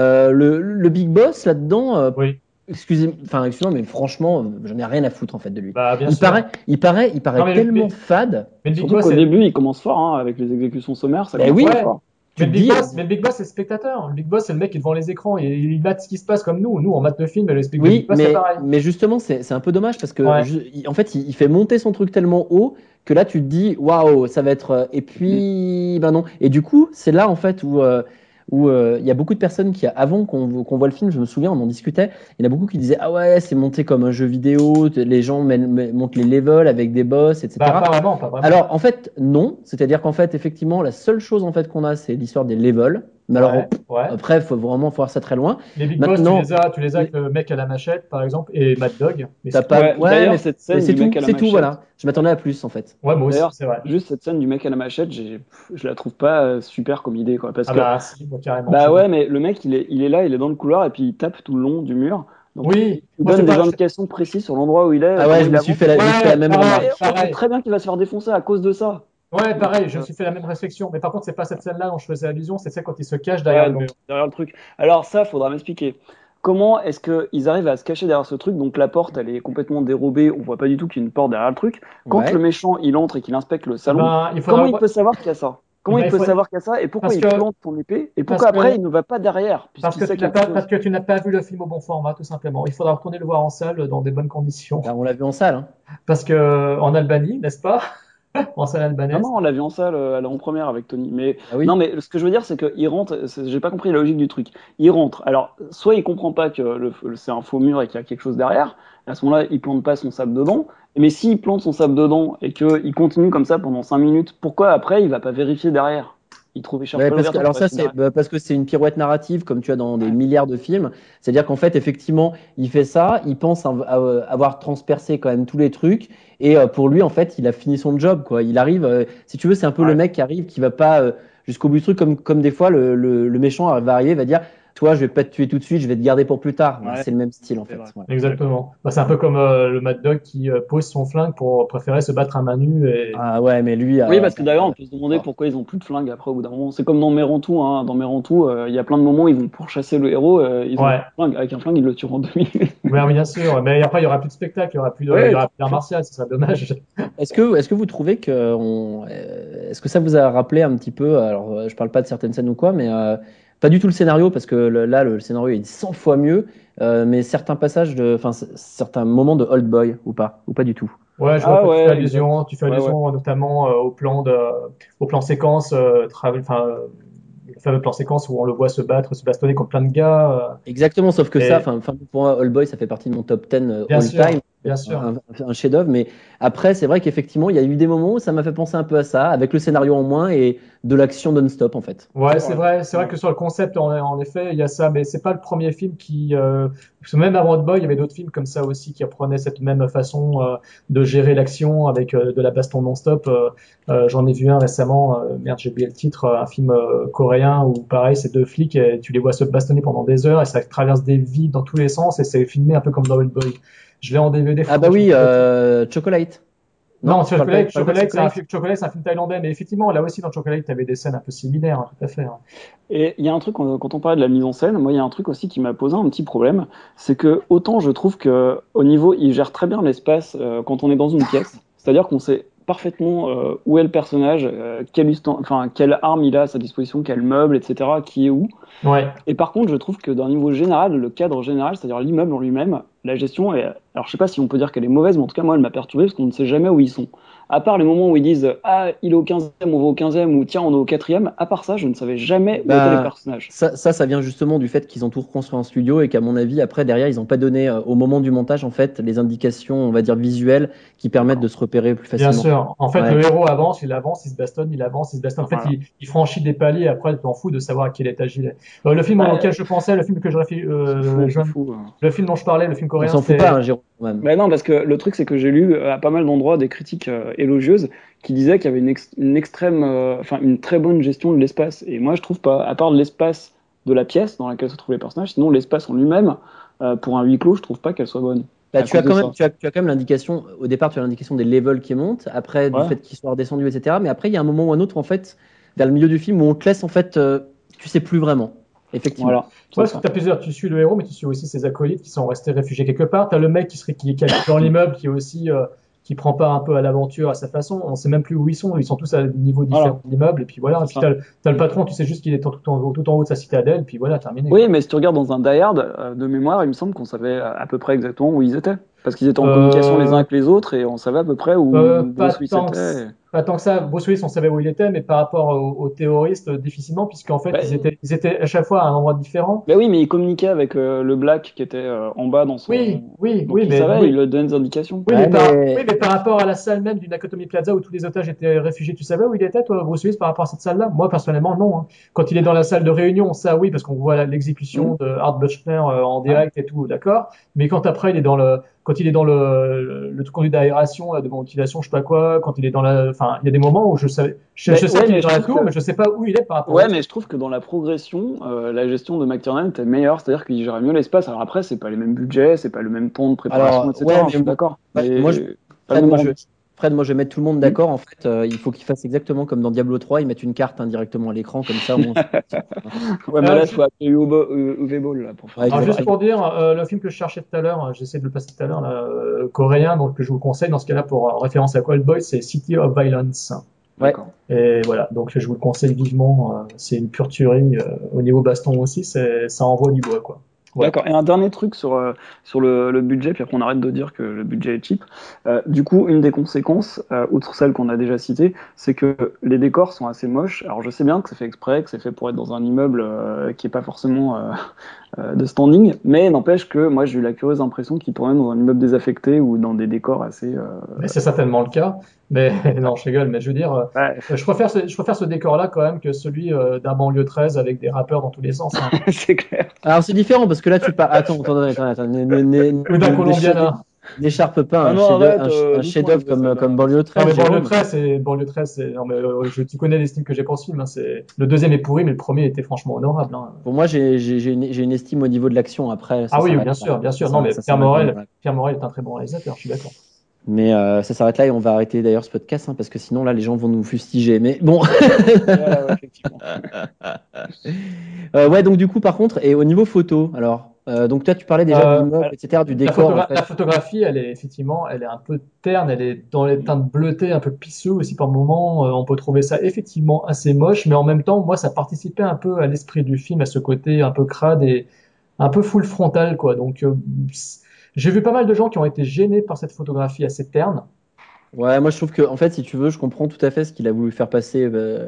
le big boss là-dedans, oui, excusez-moi, mais franchement, j'en ai rien à foutre en fait de lui. bah, bien sûr. Il Non, paraît tellement fade. mais le Big Surtout Boss, qu'au début, il commence fort, hein, avec les exécutions sommaires, ça Ben commence très oui, ouais, fort. tu te dis, Mais le Big Boss, c'est le spectateur. Le Big Boss, c'est le mec qui est devant les écrans et il mate ce qui se passe comme nous. Nous, on mate le film et le Big oui, Boss, c'est pareil. mais justement, c'est un peu dommage parce que, Ouais. en fait, il fait monter son truc tellement haut que là, tu te dis, waouh, ça va être. Et Mm. puis, ben non. Et du coup, c'est là, en fait, où il y a beaucoup de personnes qui, avant qu'on voit le film, je me souviens, on en discutait, il y en a beaucoup qui disaient, ah ouais, c'est monté comme un jeu vidéo, les gens montent les levels avec des boss, Bah, etc. pas vraiment, pas vraiment. Alors, en fait, non. C'est-à-dire qu'en fait, effectivement, la seule chose en fait qu'on a, c'est l'histoire des levels. Mais alors, Ouais, ouais. après, il faut vraiment voir ça très loin. Les Big Boss, Maintenant, tu les as avec le mec à la machette, par exemple, et Mad Dog, mais t'as c'est tout. pas. Ouais, Ouais, d'ailleurs, cette mais scène du mec à la c'est tout, machette, voilà. Je m'attendais à plus, en fait. Ouais, moi aussi, d'ailleurs, c'est vrai. juste cette scène du mec à la machette, je la trouve pas super comme idée, quoi. Parce Ah que, bah, si, moi, carrément. bah ouais, mais le mec, il est là, il est dans le couloir et puis il tape tout le long du mur. Donc, Oui, il moi, donne c'est des pas. indications précises sur l'endroit où il est, Ah ouais, comment il avance et je tout. me suis fait la Ouais, même Et remarque. on sait pareil. très bien qu'il va se faire défoncer à cause de ça. Ouais, Donc, pareil, je me suis fait la même réflexion. Mais par contre, c'est pas cette scène-là dont je faisais allusion, c'est celle quand il se cache derrière ouais, le donc, mur. derrière le truc. Alors ça, faudra m'expliquer. Comment est-ce qu'ils arrivent à se cacher derrière ce truc? Donc la porte, elle est complètement dérobée, on voit pas du tout qu'il y a une porte derrière le truc. Quand le Ouais. méchant, il entre et qu'il inspecte le Eh salon, ben, comment il peut savoir qu'il y a ça? Comment ben, il peut savoir qu'il y a ça et pourquoi parce il que, plante son épée et parce pourquoi après que, il ne va pas derrière parce puisqu'il que sait tu qu'il y n'as a quelque pas, chose. parce que tu n'as pas vu le film au bon format, tout simplement. Il faudra retourner le voir en salle dans des bonnes conditions. Là, on l'a vu en salle. Hein. Parce que, en Albanie, n'est-ce pas? En salle Non, albanaise. non, on l'a vu en salle, elle est en première avec Tony. Mais Ah non, oui. mais ce que je veux dire, c'est qu'il rentre. J'ai pas compris la logique du truc. Il rentre. Alors, soit il comprend pas que c'est un faux mur et qu'il y a quelque chose derrière. À ce moment-là, il plante pas son sable dedans. Mais s'il plante son sable dedans et qu'il continue comme ça pendant 5 minutes, pourquoi après il va pas vérifier derrière? Il cherche Ouais, pas parce que, l'ouverture alors pour ça, vérifier c'est derrière. parce que c'est une pirouette narrative, comme tu as dans des Ouais. milliards de films. C'est-à-dire qu'en fait, effectivement, il fait ça, il pense avoir transpercé quand même tous les trucs, et pour lui, en fait, il a fini son job, quoi. Il arrive, si tu veux, c'est un peu le Ouais. mec qui arrive, qui va pas jusqu'au bout du truc, comme des fois, le méchant va arriver, va dire, toi, je vais pas te tuer tout de suite, je vais te garder pour plus tard. Bah, Ouais, c'est le même style, en c'est fait. vrai. Ouais. Je suis d'accord. Exactement. Bah, c'est un peu comme le Mad Dog qui pose son flingue pour préférer se battre à main nue et Ah ouais, mais lui, Oui, parce que d'ailleurs, on peut se demander pourquoi ils ont plus de flingues après au bout d'un moment. C'est comme dans Merantou, hein. Dans Merantou, il y a plein de moments où ils vont pourchasser le héros, ils ont ouais, plus de flingue. Avec un flingue, ils le tuent en 2 minutes. ouais, bien sûr. Mais après, il y aura plus de spectacle, il y Ouais, aura tout plus d'art à fait. martial, ce serait dommage. est-ce que vous trouvez est-ce que ça vous a rappelé un petit peu, alors je parle pas de certaines scènes ou quoi, mais pas du tout le scénario parce que là le scénario est 100 fois mieux, mais certains passages enfin certains moments de Old Boy ou pas du tout. Ouais, je vois à Ah quoi ouais, exact. tu fais Ouais, ouais. allusion notamment au plan séquence, le fameux plan séquence où on le voit se bastonner contre plein de gars. Exactement, sauf que ça, Et enfin pour moi Old Boy ça fait partie de mon top 10 bien all time. sûr, bien sûr. Un chef-d'œuvre, mais après, c'est vrai qu'effectivement, il y a eu des moments où ça m'a fait penser un peu à ça, avec le scénario en moins et de l'action non-stop, en fait. Ouais, C'est vrai. c'est vrai que sur le concept, en effet, il y a ça, mais c'est pas le premier film parce que même avant Hot Boy, il y avait d'autres films comme ça aussi qui reprenaient cette même façon de gérer l'action avec de la baston non-stop. J'en ai vu un récemment, merde, j'ai oublié le titre, un film coréen où pareil, c'est deux flics et tu les vois se bastonner pendant des heures et ça traverse des vides dans tous les sens et c'est filmé un peu comme dans Hot Boy. Je l'ai en DVD, Ah bah franchement, je oui, regrette. Chocolate. Non, Non, tu parles pas de Chocolate? Chocolate, c'est un film thaïlandais, mais effectivement, là aussi, dans Chocolate, tu avais des scènes un peu similaires, hein, tout à fait. Hein. Et il y a un truc, quand on parlait de la mise en scène, moi, il y a un truc aussi qui m'a posé un petit problème. C'est que, autant je trouve que au niveau, il gère très bien l'espace quand on est dans une pièce. C'est-à-dire qu'on sait parfaitement où est le personnage, quelle arme il a à sa disposition, quel meuble, etc., qui est où. Ouais. Et par contre, je trouve que d'un niveau général, le cadre général, c'est-à-dire l'immeuble en lui-même, la gestion est. Alors, je sais pas si on peut dire qu'elle est mauvaise, mais en tout cas, moi, elle m'a perturbé parce qu'on ne sait jamais où ils sont. À part les moments où ils disent ah, il est au 15e, on va au 15e, ou tiens, on est au 4e, à part ça, je ne savais jamais où étaient les Bah, personnages. ça vient justement du fait qu'ils ont tout reconstruit en studio et qu'à mon avis, après, derrière, ils n'ont pas donné au moment du montage, en fait, les indications, on va dire, visuelles qui permettent de D'accord. se repérer plus Bien facilement. sûr. En fait, Ouais. le héros avance, il se bastonne, il avance, il se bastonne. En fait, Voilà. il franchit des paliers. Après, tu t'en fous de savoir à quel étage il est. Le film auquel Ouais, je pensais, le film que je on s'en fout. le film dont je parlais, le film On coréen, s'en fout pas, c'était, hein, Jérôme, quand même. Ben non, parce que le truc, c'est que j'ai lu à pas mal d'endroits des critiques élogieuses qui disaient qu'il y avait une extrême, enfin une très bonne gestion de l'espace. Et moi, je trouve pas, à part de l'espace de la pièce dans laquelle se trouvent les personnages, sinon l'espace en lui-même, pour un huis clos, je trouve pas qu'elle soit bonne Bah, à cause de ça. tu as quand même l'indication, au départ, tu as l'indication des levels qui montent, après, du Ouais, fait qu'ils soient redescendus, etc. Mais après, il y a un moment ou un autre, en fait, vers le milieu du film, où on te laisse, en fait, tu sais plus vraiment. Effectivement. voilà, ouais, c'est parce que ça. t'as plusieurs, tu suis le héros, mais tu suis aussi ses acolytes qui sont restés réfugiés quelque part. T'as le mec qui habite dans l'immeuble, qui est aussi, qui prend part un peu à l'aventure à sa façon. On sait même plus où ils sont tous à des niveaux différents Voilà, de l'immeuble. Et puis voilà. Et c'est puis ça. t'as le patron, tu sais juste qu'il est tout en haut de sa citadelle. Puis voilà, terminé, Oui, quoi. mais si tu regardes dans un Die Hard, de mémoire, il me semble qu'on savait à peu près exactement où ils étaient. Parce qu'ils étaient en communication les uns Euh, avec les autres et on savait à peu près où Bruce Willis était. Pas tant que ça. Bruce Willis, on savait où il était, mais par rapport aux terroristes, difficilement, puisqu'en fait, Ouais, ils étaient à chaque fois à un endroit différent. ben oui, mais il communiquait avec le Black qui était en bas dans Oui, son. oui, Donc il savait, il lui donnait des indications. Ouais, oui, mais mais par rapport à la salle même du Nakatomi Plaza où tous les otages étaient réfugiés, tu savais où il était, toi, Bruce Willis, par rapport à cette salle-là? Moi, personnellement, non. Hein. Quand il est dans la salle de réunion, ça, oui, parce qu'on voit Hmm. l'exécution de Art Buchner en Ouais. direct et tout, d'accord. Mais quand après, quand il est dans le conduit d'aération, de ventilation, je sais pas quoi, quand il est dans enfin, il y a des moments où je Ben, sais ouais, qu'il est mais je dans la trouve tour, mais que. je sais pas où il est par rapport aux Ouais, autres. mais je trouve que dans la progression, la gestion de McTiernan était meilleure, c'est-à-dire qu'il gérait mieux l'espace. Alors après, c'est pas les mêmes budgets, c'est pas le même temps de préparation, alors, ouais, etc. Je suis d'accord, ouais, moi, mais pas le Fred, même moi, rendu. Fred, moi, je vais mettre tout le monde Hmm. d'accord. En fait, il faut qu'ils fassent exactement comme dans Diablo 3, ils mettent une carte directement à l'écran, comme ça, au moins. Ouais, mais Euh, là, il ju- faut appeler Uwe Ball là, pour faire Ouais, un Alors truc juste pareil. exactement. pour dire, le film que je cherchais tout à l'heure, j'essaie de le passer tout à l'heure, là, coréen, donc que je vous conseille dans ce cas-là pour référence à Cold Boy, c'est City of Violence. Ouais. D'accord. Et voilà, donc je vous le conseille vivement. C'est une pure tuerie. Au niveau baston aussi, ça envoie du bois, quoi. Voilà. D'accord. Et un dernier truc sur le budget, puis après on arrête de dire que le budget est cheap. Du coup, une des conséquences, outre celle qu'on a déjà citée, c'est que les décors sont assez moches. Alors je sais bien que c'est fait exprès, que c'est fait pour être dans un immeuble qui est pas forcément de standing, mais n'empêche que moi j'ai eu la curieuse impression qu'ils tournaient dans un immeuble désaffecté ou dans des décors assez... Mais c'est certainement le cas. Mais non, je rigole. Mais je veux dire, Ouais, je préfère ce décor-là quand même que celui d'un banlieue 13 avec des rappeurs dans tous les sens, hein. c'est clair. Alors c'est différent parce que là tu parles. Attends. Ou d'un Colombiana. N'écharpe pas Ah un non, chef-d'œuvre arrête, un doucement chef-d'œuvre avec Westred, comme là. Banlieue Non, 13, mais Jérôme. Banlieue 13, non, mais tu connais l'estime que j'ai pour ce film, hein, le deuxième est pourri, mais le premier était franchement honorable, hein. Pour moi, j'ai une estime au niveau de l'action. Après, ça Ah oui, s'arrête bien là. sûr, bien sûr. Non, mais Ça s'arrête là. Voilà. Pierre Morel est un très bon réalisateur, je suis d'accord. Mais ça s'arrête là et on va arrêter d'ailleurs ce podcast parce que sinon là les gens vont nous fustiger. Mais bon. Ouais, effectivement. Ouais, donc du coup par contre, et au niveau photo, alors, donc toi tu parlais déjà de Euh, l'immeuble, etc., du décor en fait. la photographie, elle est effectivement, elle est un peu terne, elle est dans les teintes bleutées, un peu pisseux aussi par moments. On peut trouver ça effectivement assez moche, mais en même temps, moi, ça participait un peu à l'esprit du film, à ce côté un peu crade et un peu full frontal, quoi. Donc, j'ai vu pas mal de gens qui ont été gênés par cette photographie assez terne. Ouais, moi je trouve que en fait, si tu veux, je comprends tout à fait ce qu'il a voulu faire passer,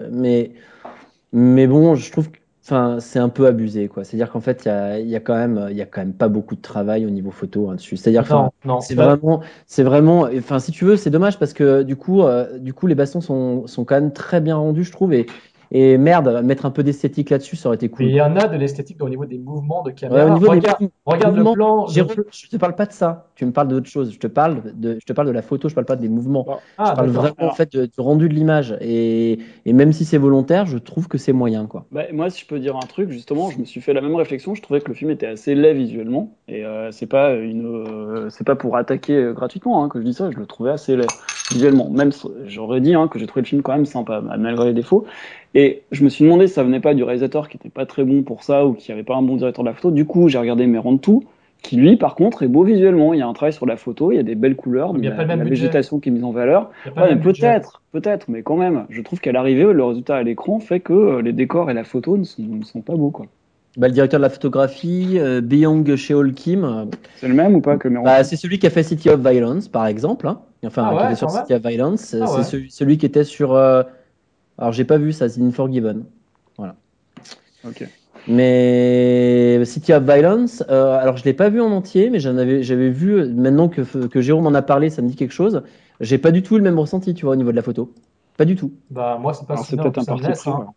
mais bon, je trouve que enfin, c'est un peu abusé, quoi. C'est-à-dire qu'en fait, il y a quand même pas beaucoup de travail au niveau photo hein, dessus. C'est-à-dire, enfin, Non, non. Bah, c'est vraiment, enfin, si tu veux, c'est dommage parce que du coup, les bastons sont quand même très bien rendus, je trouve. Et merde, mettre un peu d'esthétique là-dessus, ça aurait été mais cool, il y quoi. en a de l'esthétique au niveau des mouvements de Ouais, au caméra. niveau des Regarde le mouvements, plan, Jérôme, je te parle pas de ça. Tu me parles d'autre chose. Je te parle de la photo. Je parle pas des mouvements. Bon, Je Ah, parle d'accord. vraiment en fait du rendu de l'image. Et même si c'est volontaire, je trouve que c'est moyen, quoi. bah, moi, si je peux dire un truc, justement, je me suis fait la même réflexion. Je trouvais que le film était assez laid visuellement, et c'est pas pour attaquer gratuitement hein, que je dis ça. Je le trouvais assez laid visuellement. Même, j'aurais dit hein, que j'ai trouvé le film quand même sympa, malgré les défauts. Et je me suis demandé si ça venait pas du réalisateur qui était pas très bon pour ça ou qui avait pas un bon directeur de la photo. Du coup, j'ai regardé mes tout qui lui, par contre, est beau visuellement. Il y a un travail sur la photo, il y a des belles couleurs, Mais il n'y a pas le de même la budget. végétation qui est mise en valeur. Il n'y a pas Ouais, le mais même budget. peut-être, mais quand même, je trouve qu'à l'arrivée, le résultat à l'écran fait que les décors et la photo ne sont pas beaux, quoi. Bah, le directeur de la photographie, Byung Cheol Kim, C'est le même ou pas que bah, Merantou? c'est celui qui a fait City of Violence, par exemple, hein. Ah Enfin, qui était ouais, sur quand même. City of Violence. Ah C'est ouais. celui qui était sur. Alors, j'ai pas vu ça, c'est Unforgiven. Voilà. Ok. Mais City of Violence, alors je l'ai pas vu en entier, mais j'avais vu, maintenant que Jérôme en a parlé, ça me dit quelque chose. J'ai pas du tout le même ressenti, tu vois, au niveau de la photo. Pas du tout. Bah, moi, c'est pas Alors c'est souvenir peut-être que un ça me parti laisse, pris, ouais. hein.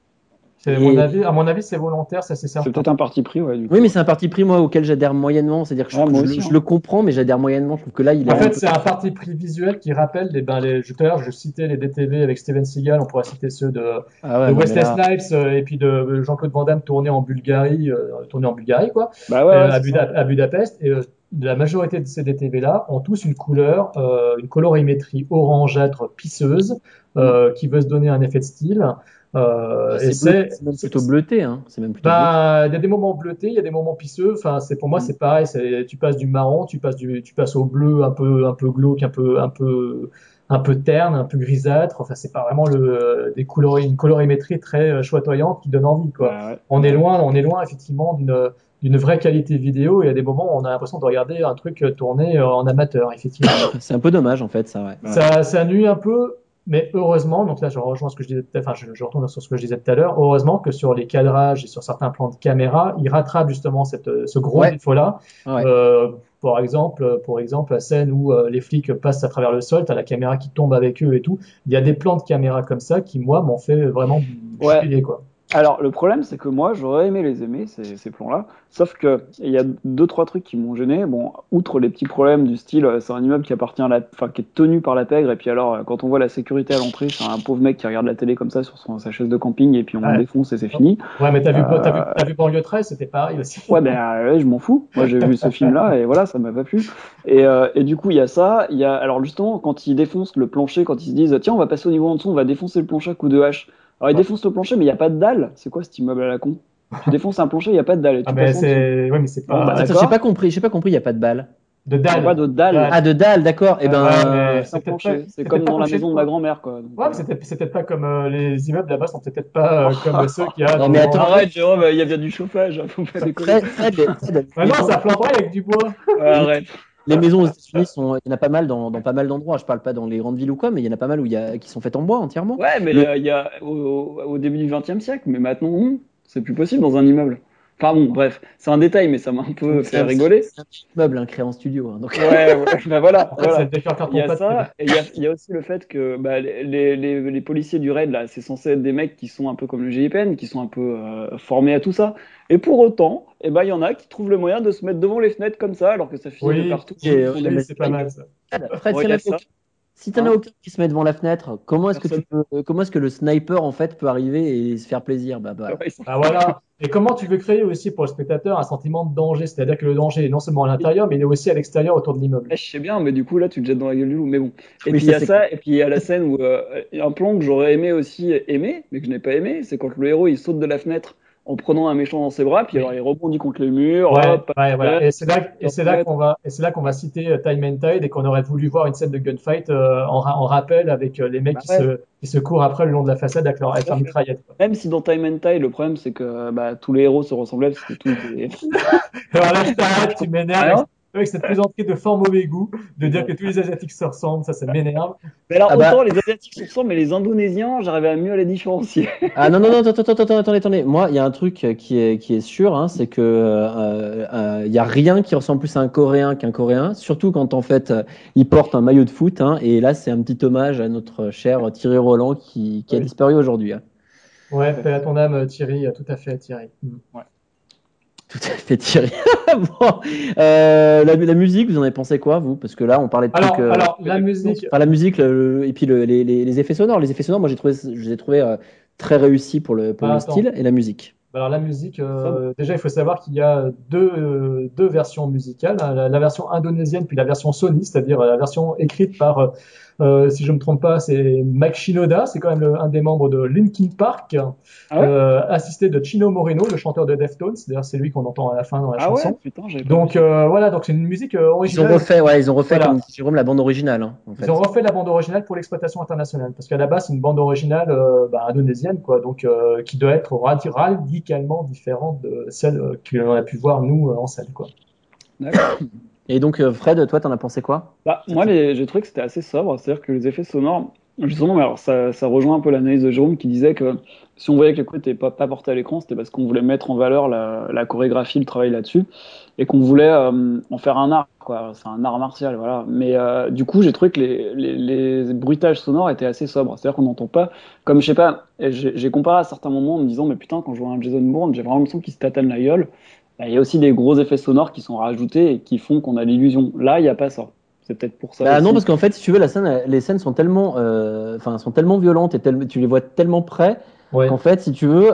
Et À mon avis, c'est volontaire, ça c'est C'est certain. peut-être un parti pris, ouais, du oui, coup. mais Ouais, c'est un parti pris, moi, auquel j'adhère moyennement. C'est-à-dire que ouais, moi aussi, je hein. le comprends, mais j'adhère moyennement. Je trouve que là, il est En un fait, peu. c'est un parti pris visuel qui rappelle tout à l'heure, je citais les DTV avec Steven Seagal, on pourrait citer ceux Ah de ouais, non, mais Wesley là. Snipes et puis de Jean-Claude Van Damme tourné en Bulgarie, quoi, Bah ouais, ouais, c'est ça. À Budapest. Et la majorité de ces DTV-là ont tous une couleur, une colorimétrie orangeâtre pisseuse, Mm. qui veut se donner un effet de style. Bah, Et c'est bleu, c'est même plutôt bleuté, hein. C'est même plutôt bleuté. bah, il y a des moments bleutés, il y a des moments pisseux. Enfin, pour moi, Mm. c'est pareil. Tu passes du marron, tu passes au bleu un peu glauque, un peu terne, un peu grisâtre. Enfin, c'est pas vraiment une colorimétrie très chatoyante qui donne envie, quoi. Bah ouais, bah ouais. On est loin, effectivement, d'une vraie qualité vidéo. Et il y a des moments où on a l'impression de regarder un truc tourné en amateur, effectivement. C'est un peu dommage, en fait, ça, ouais. Ouais. Ça nuit un peu, mais heureusement, donc là je rejoins ce que je disais, enfin je retourne sur ce que je disais tout à l'heure, heureusement que sur les cadrages et sur certains plans de caméra, ils rattrapent justement ce gros Ouais, défaut-là. ouais. Par exemple, la scène où les flics passent à travers le sol, t'as la caméra qui tombe avec eux et tout. Il y a des plans de caméra comme ça qui, moi, m'ont fait vraiment Ouais, jubiler, quoi. alors, le problème, c'est que moi, j'aurais aimé les aimer, ces plans-là. Sauf que il y a deux, trois trucs qui m'ont gêné. Bon, outre les petits problèmes du style, c'est un immeuble qui appartient enfin, qui est tenu par la pègre. Et puis alors, quand on voit la sécurité à l'entrée, c'est un pauvre mec qui regarde la télé comme ça sur sa chaise de camping et puis on le Ouais, défonce et c'est fini. ouais, mais Euh, t'as vu Banlieue 13, c'était pareil aussi. ouais, ben, ouais, je m'en fous. Moi, j'ai vu ce film-là et voilà, ça m'a pas plu. Et du coup, il y a ça. Il y a, alors justement, quand ils défoncent le plancher, quand ils se disent, tiens, on va passer au niveau en dessous, on va défoncer le plancher à coup de hache. Alors, ils défoncent le plancher, mais il n'y a pas de dalle. C'est quoi cet immeuble à la con? Tu défonces un plancher, il n'y a pas de dalle et Ah, tu mais passes en dessous. ouais, mais c'est Bon, bah pas. Attends, d'accord. j'ai pas compris, il n'y a pas de balle. De Il n'y a dalle. pas de dalle. Dalle. Ah, de dalle, d'accord. Eh ben, Ouais, mais C'est un c'est peut-être plancher. pas, C'est c'est comme peut-être pas dans la chez maison de toi. ma grand-mère, quoi. Donc, Ouais, mais c'est peut-être pas comme les immeubles là-bas sont peut-être pas comme ceux qu'il y a non, dans mais le attends, grand. Arrête, Jérôme, il y a bien du chauffage, faut pas déconner. Fred, Ah non, ça flamberait avec du bois. Arrête. les maisons aux États-Unis il y en a pas mal dans pas mal d'endroits. Je parle pas dans les grandes villes ou quoi, mais il y en a pas mal qui sont faites en bois entièrement. Ouais, mais Le- il y a au début du XXe siècle, mais maintenant, non, c'est plus possible dans un immeuble. Enfin bon, bref, c'est un détail, mais ça m'a un peu fait rigoler. C'est un petit immeuble créé en studio. Hein, donc. Ouais, ouais, bah voilà, En fait, c'est voilà. le décor Il y carton a pâte. ça, et il y a aussi le fait que bah, les policiers du raid, là, c'est censé être des mecs qui sont un peu comme le GIPN, qui sont un peu formés à tout ça. Et pour autant, eh ben, il y en a qui trouvent le moyen de se mettre devant les fêtes comme ça, alors que ça fusille de Oui, partout. Et, Ils font des oui, mais c'est pas mal ça. Fred, Bon, il y a ça, si t'en as hein. aucun qui se met devant la fenêtre, Personne. comment est-ce que le sniper en fait peut arriver et se faire plaisir? Bah voilà. Ouais, ils sont- Ah voilà. Et comment tu veux créer aussi pour le spectateur un sentiment de danger? C'est-à-dire que le danger est non seulement à l'intérieur, mais il est aussi à l'extérieur autour de l'immeuble. Je sais bien, mais du coup, là, tu te jettes dans la gueule du loup. Mais bon. Et Oui, puis, il y ça a c'est. ça, et puis il y a la scène où il y a un plan que j'aurais aimé aussi aimer, mais que je n'ai pas aimé, c'est quand le héros il saute de la fenêtre en prenant un méchant dans ses bras, puis alors Oui. il rebondit contre les murs, Ouais, hop, ouais, voilà. Et c'est là fenêtre. qu'on va citer Time and Tide et qu'on aurait voulu voir une scène de gunfight en rappel avec les mecs Bah ouais, qui se courent après le long de la façade avec tout à leur fait. mitraillette, quoi. Même si dans Time and Tide, le problème c'est que bah, tous les héros se ressemblaient parce que tout était. Alors là, je t'arrête, tu m'énerves Rien. avec cette plaisanterie de fort mauvais goût, de dire que tous les Asiatiques se ressemblent, ça m'énerve. Mais alors, Ah autant bah. les Asiatiques se ressemblent, mais les Indonésiens, j'arrivais à mieux les différencier. Ah non, non, non, attendez. Moi, il y a un truc qui est sûr, hein, c'est que il y a rien qui ressemble plus à un Coréen qu'un Coréen, surtout quand en fait il porte un maillot de foot. Hein, et là, c'est un petit hommage à notre cher Thierry Roland qui a Oui, disparu aujourd'hui. Hein. Ouais, tout à paix à fait. ton âme, Thierry, tout à fait, Thierry. Ouais. Tout à fait, Thierry. Bon, la musique, vous en avez pensé quoi, vous? Parce que là, on parlait de trucs. Alors, la musique, Enfin, la musique, et puis les effets sonores. Les effets sonores, moi, je les ai trouvés très réussis pour bah, le attends. style et la musique. Alors la musique, Sobre. déjà il faut savoir qu'il y a deux versions musicales, hein, la version indonésienne puis la version Sony, c'est-à-dire la version écrite par, si je me trompe pas, c'est Mike Shinoda, c'est quand même un des membres de Linkin Park, Ah ouais? assisté de Chino Moreno, le chanteur de Deftones, d'ailleurs c'est lui qu'on entend à la fin dans la Ah ouais? chanson. Putain, j'avais pas vu Donc ça. voilà, donc c'est une musique Ils ont originale. refait, ils ont refait comme Voilà, dit Jérôme la bande originale, hein, en ils ont fait. refait la bande originale pour l'exploitation internationale, parce qu'à la base, c'est une bande originale indonésienne, quoi, donc qui doit être radicalement différente de celle qu'on a pu voir nous en salle, quoi. D'accord. Et donc, Fred, toi, t'en as pensé quoi? Bah, moi, j'ai trouvé que c'était assez sobre, c'est-à-dire que les effets sonores, justement, mais alors ça rejoint un peu l'analyse de Jérôme qui disait que si on voyait que le coup n'était pas porté à l'écran, c'était parce qu'on voulait mettre en valeur la chorégraphie, le travail là-dessus, et qu'on voulait en faire un art, quoi. C'est un art martial, voilà. Mais du coup, j'ai trouvé que les bruitages sonores étaient assez sobres, c'est-à-dire qu'on n'entend pas, comme je sais pas, j'ai comparé à certains moments en me disant, mais putain, quand je vois un Jason Bourne, j'ai vraiment l'impression qu'il se tatane la gueule. Bah, il y a aussi des gros effets sonores qui sont rajoutés et qui font qu'on a l'illusion. Là, il n'y a pas ça. C'est peut-être pour ça Bah non, aussi. parce qu'en fait, si tu veux, les scènes sont tellement, sont tellement violentes et tu les vois tellement près Ouais. qu'en fait, si tu veux,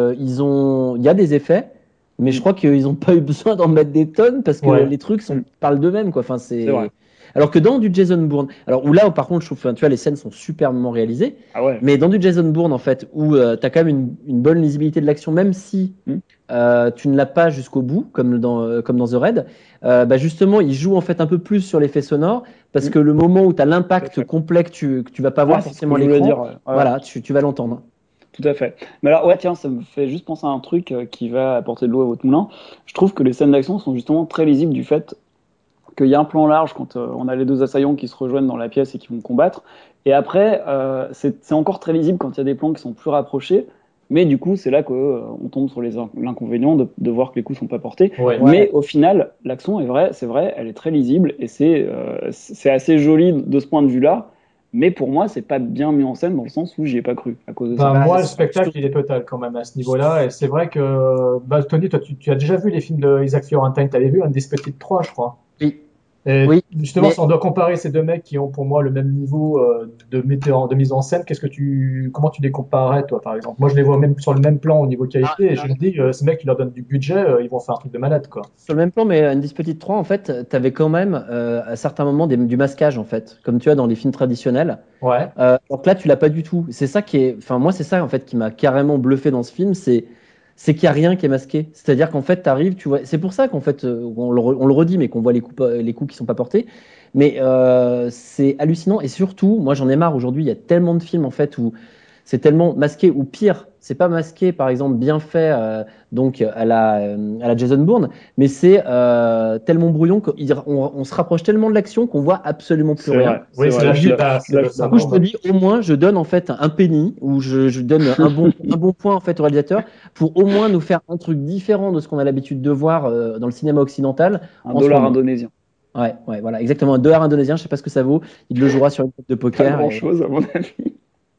il y a des effets, mais je Mm. crois qu'ils n'ont pas eu besoin d'en mettre des tonnes parce que Ouais. les trucs Mm. parlent d'eux-mêmes, quoi. Enfin, C'est vrai. alors que dans du Jason Bourne, alors où là, par contre, je trouve, enfin, tu vois, les scènes sont superbement réalisées, Ah ouais. mais dans du Jason Bourne, en fait, où tu as quand même une bonne lisibilité de l'action, même si Mm. tu ne l'as pas jusqu'au bout, comme dans The Raid, bah justement, il joue en fait un peu plus sur l'effet sonore, parce Mm. que le moment où tu as Tout à l'impact fait. complet que tu vas pas Ouais, voir c'est ce que forcément à je voulais dire. l'écran, Ouais. Ouais. voilà, tu vas l'entendre. Tout à fait. Mais alors, ouais, tiens, ça me fait juste penser à un truc qui va apporter de l'eau à votre moulin. Je trouve que les scènes d'action sont justement très lisibles du fait qu'il y a un plan large quand on a les deux assaillants qui se rejoignent dans la pièce et qui vont combattre. Et après, c'est encore très lisible quand il y a des plans qui sont plus rapprochés. Mais du coup, c'est là qu'on tombe sur l'inconvénient de voir que les coups sont pas portés. Ouais. Mais au final, l'action c'est vrai, elle est très lisible et c'est assez joli de ce point de vue-là. Mais pour moi, c'est pas bien mis en scène dans le sens où j'y ai pas cru à cause de Ben, ça. Bah, moi, le spectacle, il est total quand même à ce niveau-là. Et c'est vrai que, bah, Tony, toi, tu as déjà vu les films de Isaac Fiorentine, t'avais vu Undisputed 3, je crois. oui, Et oui, justement, mais si on doit comparer ces deux mecs qui ont pour moi le même niveau de mise en scène, comment tu les comparerais, toi, par exemple? Moi, je les vois même sur le même plan au niveau ah, qualité et je me dis, ces mecs, tu leur donnes du budget, ils vont faire un truc de malade, quoi. sur le même plan, mais Undisputed 3, en fait, tu avais quand même à certains moments du masquage, en fait, comme tu as dans les films traditionnels. Ouais. Donc là, tu l'as pas du tout. C'est ça qui est, enfin moi, c'est ça en fait qui m'a carrément bluffé dans ce film, c'est c'est qu'il y a rien qui est masqué. C'est-à-dire qu'en fait, tu arrives, tu vois. C'est pour ça qu'en fait, on le redit, mais qu'on voit les coups qui sont pas portés. Mais c'est hallucinant. Et surtout, moi, j'en ai marre aujourd'hui. Il y a tellement de films en fait où c'est tellement masqué, ou pire, c'est pas masqué, par exemple, bien fait, donc à la Jason Bourne, mais c'est tellement brouillon qu'on se rapproche tellement de l'action qu'on voit absolument plus C'est rien. vrai. Oui, c'est la Je suis vie, bah, c'est là, le je suis Du coup, je d'accord. me syndrome. dis, au moins, je donne en fait un penny, ou je donne un bon point en fait au réalisateur pour au moins nous faire un truc différent de ce qu'on a l'habitude de voir dans le cinéma occidental Un en ce dollar moment. indonésien. Ouais, ouais, voilà, exactement. Un dollar indonésien, je sais pas ce que ça vaut. Il le jouera sur une table de Pas poker. grand-chose, à mon avis.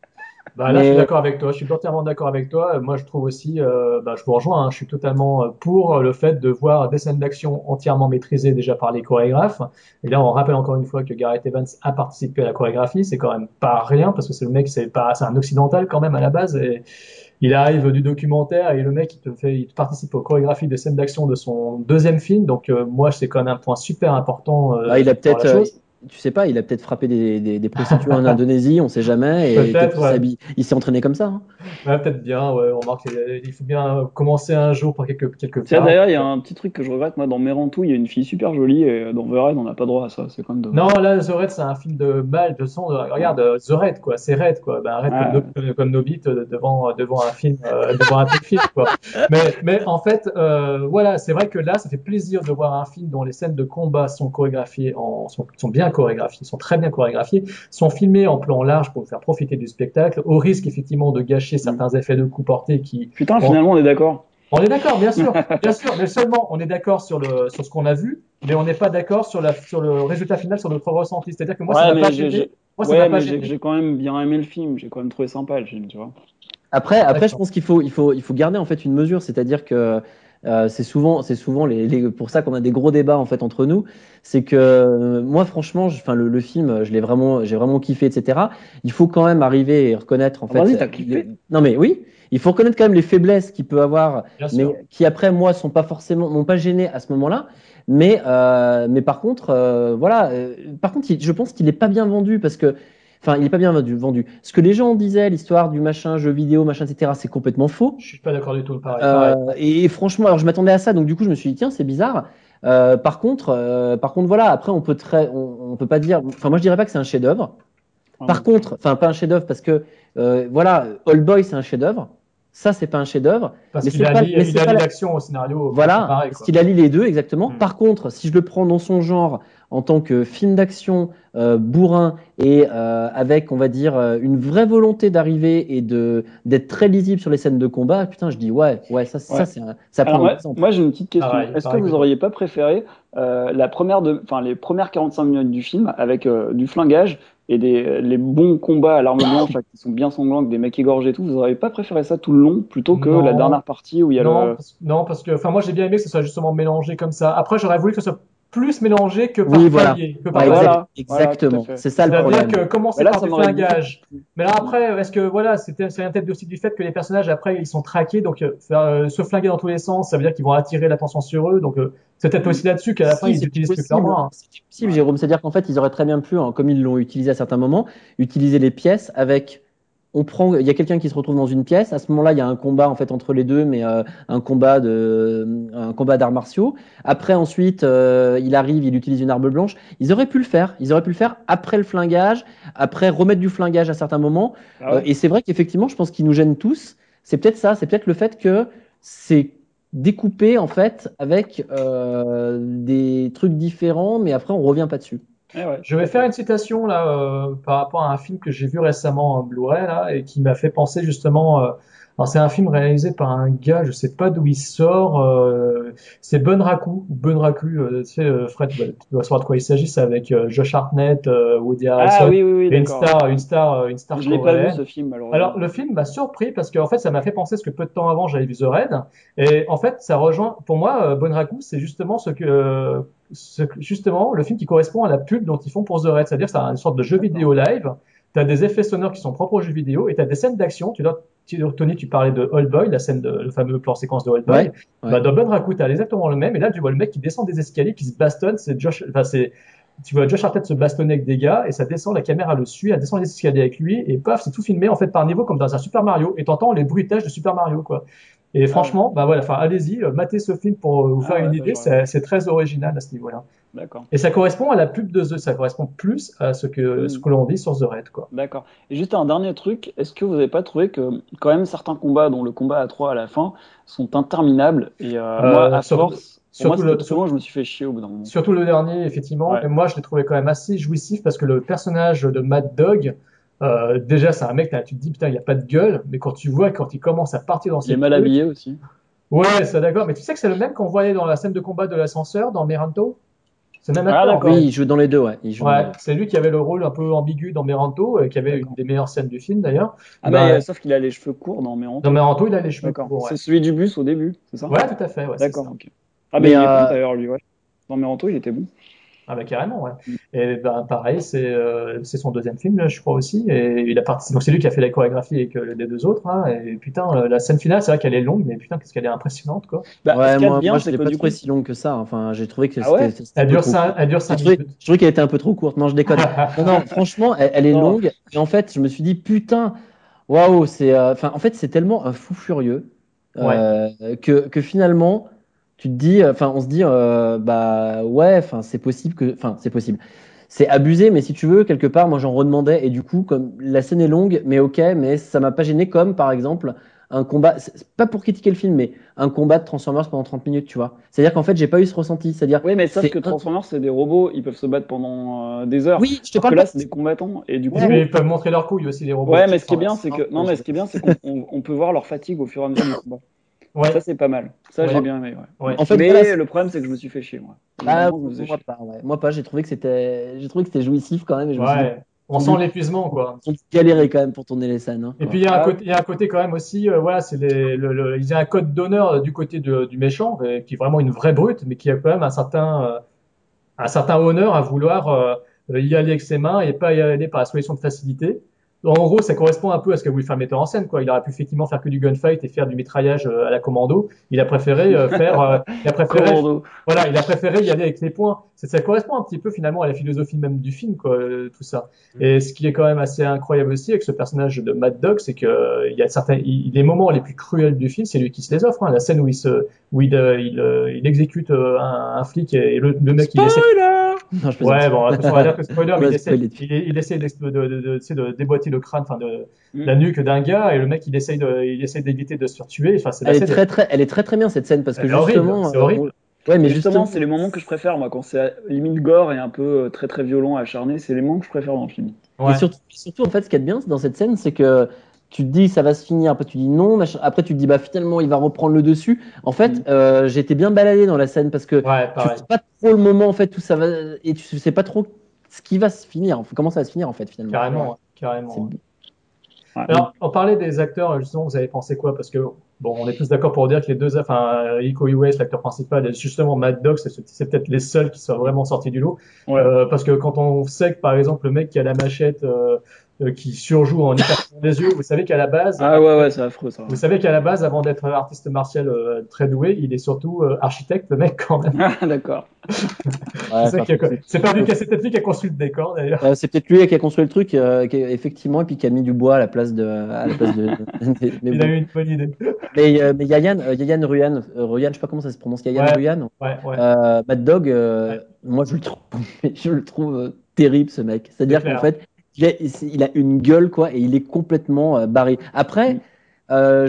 Bah là, je suis Mais d'accord avec toi. Je suis entièrement d'accord avec toi. Moi, je trouve aussi, bah, je vous rejoins, hein, je suis totalement pour le fait de voir des scènes d'action entièrement maîtrisées déjà par les chorégraphes. Et là, on rappelle encore une fois que Gareth Evans a participé à la chorégraphie. C'est quand même pas rien parce que c'est le mec, c'est un occidental quand même à la base. Et il arrive du documentaire et le mec, il participe aux chorégraphies de scènes d'action de son deuxième film. Donc, moi, c'est quand même un point super important bah, il a dans la peut-être, chose. tu sais pas, il a peut-être frappé des prostituées en Indonésie, on sait jamais, et peut-être Peut-être, qu'il ouais. s'habille, il s'est entraîné comme ça, hein. Ouais, peut-être bien, ouais. On remarque qu'il faut bien commencer un jour par quelque Tiens, part. d'ailleurs, il y a un petit truc que je regrette, moi, dans Merantou, il y a une fille super jolie, et dans The Raid, on n'a pas droit à ça, c'est quand même Non, dommage. là, The Raid, c'est un film de mal, de son. Regarde, The Raid, quoi. C'est Raid, quoi. Ben, Raid Ah, comme Nobit devant un film, devant un tel film, quoi. Mais en fait, voilà, c'est vrai que là, ça fait plaisir de voir un film dont les scènes de combat sont chorégraphiées, sont bien chorégraphiées, sont très bien chorégraphiées, sont filmées en plan large pour faire profiter du spectacle, au risque effectivement de gâcher mm. certains effets de coup portés qui Putain, ont. finalement, on est d'accord. On est d'accord, bien sûr, mais seulement on est d'accord sur ce qu'on a vu, mais on n'est pas d'accord sur le résultat final, sur notre ressenti. C'est-à-dire que moi, ça Ouais, m'a pas mais gêné. Moi, ça m'a ouais, pas mais gêné. j'ai quand même bien aimé le film, j'ai quand même trouvé sympa le film, tu vois. Après, je D'accord. pense qu'il faut garder en fait une mesure, c'est-à-dire que c'est souvent pour ça qu'on a des gros débats en fait entre nous. C'est que moi, franchement, enfin le film, j'ai vraiment kiffé, etc. Il faut quand même arriver et reconnaître en Ah, vas-y, fait, t'as kiffé? non mais oui, il faut reconnaître quand même les faiblesses qu'il peut avoir, Bien mais sûr. qui après moi m'ont pas gêné à ce moment-là. Mais par contre, voilà, par contre, je pense qu'il est pas bien vendu parce que. Enfin, il est pas bien vendu. Ce que les gens disaient, l'histoire du machin, jeu vidéo, machin, etc., c'est complètement faux. Je suis pas d'accord du tout. Pareil. Et franchement, alors je m'attendais à ça, donc du coup, je me suis dit, tiens, c'est bizarre. Par contre, voilà, après, on peut pas dire. Enfin, moi, je dirais pas que c'est un chef-d'œuvre. Ah, Par non. contre, enfin, pas un chef-d'œuvre parce que, voilà, All Boy, c'est un chef-d'œuvre. Ça, c'est pas un chef-d'œuvre. Parce Mais qu'il c'est pas, mais c'est a pas lié la, l'action au scénario, faut voilà, comparer, parce quoi. qu'il allie les deux exactement. Hmm. Par contre, si je le prends dans son genre en tant que film d'action bourrin et avec, on va dire, une vraie volonté d'arriver et de d'être très lisible sur les scènes de combat, putain, je dis ouais, ouais, ça Ouais. ça prend Alors, un moi, exemple. moi j'ai une petite question. Est-ce que Pareil que vous toi. auriez pas préféré les premières 45 minutes du film avec du flingage et les bons combats à l'arme blanche là, qui sont bien sanglants, avec des mecs égorgés et tout, vous auriez pas préféré ça tout le long plutôt que la Non, dernière partie où il y a le. non, parce que, enfin, moi, j'ai bien aimé que ce soit justement mélangé comme ça. Après, j'aurais voulu que ce soit plus mélangé que Oui, par voilà. palier, que Ouais, par palier. Voilà, tout à exactement. fait. C'est ça le C'est-à-dire problème. que Mais commencer là, par ça du m'aurait beaucoup flingage. plu. Mais là après, est-ce que voilà, ça vient peut-être aussi du fait que les personnages après ils sont traqués, donc se flinguer dans tous les sens, ça veut dire qu'ils vont attirer l'attention sur eux. Donc c'est peut-être aussi là-dessus qu'à la fin Si, ils c'est utilisent plus leur possible. main. C'est possible, Ouais. Jérôme. C'est-à-dire qu'en fait, ils auraient très bien pu, hein, comme ils l'ont utilisé à certains moments, utiliser les pièces avec. Il y a quelqu'un qui se retrouve dans une pièce. À ce moment-là, il y a un combat en fait entre les deux, mais un combat d'arts martiaux. Après, ensuite, il arrive, il utilise une arme blanche. Ils auraient pu le faire. Ils auraient pu le faire après le flingage, après remettre du flingage à certains moments. Ah ouais. Et c'est vrai qu'effectivement, je pense qu'ils nous gênent tous. C'est peut-être ça. C'est peut-être le fait que c'est découpé en fait avec des trucs différents, mais après on revient pas dessus. Ouais, Je tout vais à faire fait. une citation là par rapport à un film que j'ai vu récemment en Blu-ray là et qui m'a fait penser justement. Alors c'est un film réalisé par un gars, je sais pas d'où il sort. C'est Bunraku. Tu sais, Fred, tu dois savoir de quoi il s'agit. C'est avec Josh Hartnett, Woody Ah Harrelson oui, oui, oui, et d'accord. une star Je l'ai pas vu coréenne. ce film, malheureusement. Alors, le film m'a surpris parce qu'en fait, ça m'a fait penser ce que peu de temps avant, j'avais vu The Raid. Et en fait, ça rejoint, pour moi, Bunraku, c'est justement justement, le film qui correspond à la pub dont ils font pour The Raid. C'est-à-dire, que c'est une sorte de jeu D'accord. vidéo live. Tu as des effets sonores qui sont propres au jeu vidéo et tu as des scènes d'action. Tony, tu parlais de Old Boy, le fameux plan séquence de Old Boy. Ouais, ouais. Bah, dans Bunraku, tu as exactement le même. Et là, tu vois le mec qui descend des escaliers, qui se bastonne. Tu vois Josh Hartnett se bastonner avec des gars et ça descend, la caméra le suit, elle descend les escaliers avec lui et paf, c'est tout filmé en fait par niveau comme dans un Super Mario et t'entends les bruitages de Super Mario quoi. Et Ah ouais. franchement, bah voilà, enfin, allez-y, matez ce film pour vous faire Ah une ouais, bah, idée. je regarde. C'est très original à ce niveau-là. D'accord. Et ça correspond à la pub de The, ça correspond plus à ce Hmm. que l'on dit sur The Raid, quoi. D'accord. Et juste un dernier truc, est-ce que vous n'avez pas trouvé que quand même certains combats, dont le combat à 3 à la fin, sont interminables et moi, à Surtout, force, pour moi surtout c'était le, trop long, je me suis fait chier au bout d'un moment. surtout le dernier, effectivement. Ouais. Mais moi, je l'ai trouvé quand même assez jouissif parce que le personnage de Mad Dog, déjà, c'est un mec, là, tu te dis, putain, il n'y a pas de gueule. Mais quand tu vois, quand il commence à partir dans Il est ses mal trucs, habillé aussi. ouais, c'est d'accord. Mais tu sais que c'est le même qu'on voyait dans la scène de combat de l'ascenseur dans Meranto? C'est le même Ah acteur, en Oui, fait. d'accord. il joue dans les deux, ouais. Il joue dans les Ouais, deux. c'est lui qui avait le rôle un peu ambigu dans Meranto, et qui avait une D'accord. des meilleures scènes du film, d'ailleurs. Ah mais Bah, sauf qu'il a les cheveux courts dans dans Méranto. Meranto, il a les cheveux D'accord. courts, ouais. C'est celui du bus au début, c'est ça? Ouais, tout à fait, ouais, c'est D'accord, ça. ok. Ah mais Mais il est bon d'ailleurs lui, ouais. Dans Méranto, il était bon. Ah bah carrément, ouais. Mm. Et ben pareil, c'est son deuxième film, là, je crois aussi, et il a participé. Donc c'est lui qui a fait la chorégraphie avec les deux autres, hein, et putain, la scène finale, c'est vrai qu'elle est longue, mais putain, qu'est-ce qu'elle est impressionnante, quoi. Bah ce ouais, qu'il y a de moi, bien, je c'est l'ai que pas du trouvé coup. si longue que ça. Enfin, j'ai trouvé que Ah ouais? c'était un peu trop court. Elle dure 5 minutes. Je trouvais qu'elle était un peu trop courte. Non, je déconne. Non, non, franchement, elle est Non. longue. Et en fait, je me suis dit, putain, waouh, enfin, en fait, c'est tellement un fou furieux Ouais. que finalement, tu te dis, enfin, on se dit, bah ouais, enfin, c'est possible que, enfin, c'est possible. C'est abusé, mais si tu veux, quelque part, moi, j'en redemandais. Et du coup, comme la scène est longue, mais ok, mais ça m'a pas gêné, comme par exemple un combat, c'est pas pour critiquer le film, mais un combat de Transformers pendant 30 minutes, tu vois. C'est-à-dire qu'en fait, j'ai pas eu ce ressenti. C'est-à-dire, Oui, mais sauf c'est que Transformers, c'est des robots, ils peuvent se battre pendant des heures. oui, je te Alors que parle pas. là, c'est des combattants. Et du Et Ouais, puis coup, ils peuvent montrer leurs couilles aussi, les robots de ouais, mais ce qui est bien, Transformers. c'est non, que non, je mais sais ce pas. qui est bien, c'est qu'on peut voir leur fatigue au fur et à mesure du combat. Ça, Ouais, c'est pas mal. Ça, j'ai ouais, bien aimé, ouais. ouais. En fait, voilà. Mais le problème, c'est que je me suis fait chier, moi. Au bout d'un Bah, moment, je me faisais moi chier. pas, ouais. Moi pas. J'ai trouvé que c'était jouissif quand même. Et je me suis dit, Ouais. On ils ont sent dû, l'épuisement, quoi. ils ont dû galérer quand même pour tourner les scènes, hein, Et puis quoi. Ah, il y a un côté quand même aussi, voilà, c'est il y a un code d'honneur du côté du méchant, qui est vraiment une vraie brute, mais qui a quand même un certain honneur à vouloir y aller avec ses mains et pas y aller par la solution de facilité. En gros, ça correspond un peu à ce que voulait faire le metteur en scène, quoi. Il aurait pu effectivement faire que du gunfight et faire du mitraillage à la commando. Il a préféré il a préféré, Commando. voilà, il a préféré y aller avec les points. Ça correspond un petit peu finalement à la philosophie même du film, quoi, tout ça. Et ce qui est quand même assez incroyable aussi avec ce personnage de Mad Dog, c'est que il y a les moments les plus cruels du film, c'est lui qui se les offre, hein. La scène il exécute un flic et le mec il essaie. Spoiler! Non, je Ouais, plaisante. bon, attention, on va dire que spoiler, mais Ouais, spoiler dessus. il essaie tu sais, de déboîter le crâne, enfin, Hmm. la nuque d'un gars, et le mec, il essaie d'éviter de se faire tuer. Enfin, c'est assez, Elle est très très bien cette scène parce que elle est horrible, justement, c'est horrible. ouais, mais Et justement, justement, c'est les moments que je préfère, moi, quand c'est limite gore et un peu très très violent, acharné, c'est les moments que je préfère dans le film. et Ouais. surtout en fait, ce qui est bien dans cette scène, c'est que tu te dis ça va se finir, après tu dis non, machin. Après tu te dis bah finalement il va reprendre le dessus. En Hmm. fait, j'ai été bien baladé dans la scène parce que Ouais, tu pareil. vois pas trop le moment en fait où ça va et tu sais pas trop ce qui va se finir, comment ça va se finir en fait finalement. Ouais. Carrément, ouais, carrément, C'est ouais. Ouais. donc Alors, on parlait des acteurs, justement, vous avez pensé quoi? Parce que, bon, on est tous d'accord pour dire que les deux, enfin, Iko Uwais, l'acteur principal, et justement Mad Dog, c'est peut-être les seuls qui sont vraiment sortis du lot. Ouais. Parce que quand on sait que, par exemple, le mec qui a la machette, qui surjoue en écartant les yeux, vous savez qu'à la base, Ah ouais, ouais, c'est affreux ça. vous savez qu'à la base, avant d'être artiste martial très doué, il est surtout architecte, le mec, quand même. Ah, d'accord. C'est ouais, ça c'est un qui peu est, c'est pas lui qui a, c'est peut-être lui qui a construit le décor, d'ailleurs. c'est peut-être lui qui a construit le truc, effectivement, et puis qui a mis du bois à la place mais Il a bon. eu une bonne idée. Mais Yayan Ruyan, Ruyan, je sais pas comment ça se prononce, Yayan Ouais, Ruyan. ouais. Mad Dog, Ouais, moi je le trouve, je le trouve terrible ce mec. c'est C'est-à-dire qu'en clair. fait, il a une gueule quoi, et il est complètement barré. Après, Hmm. euh,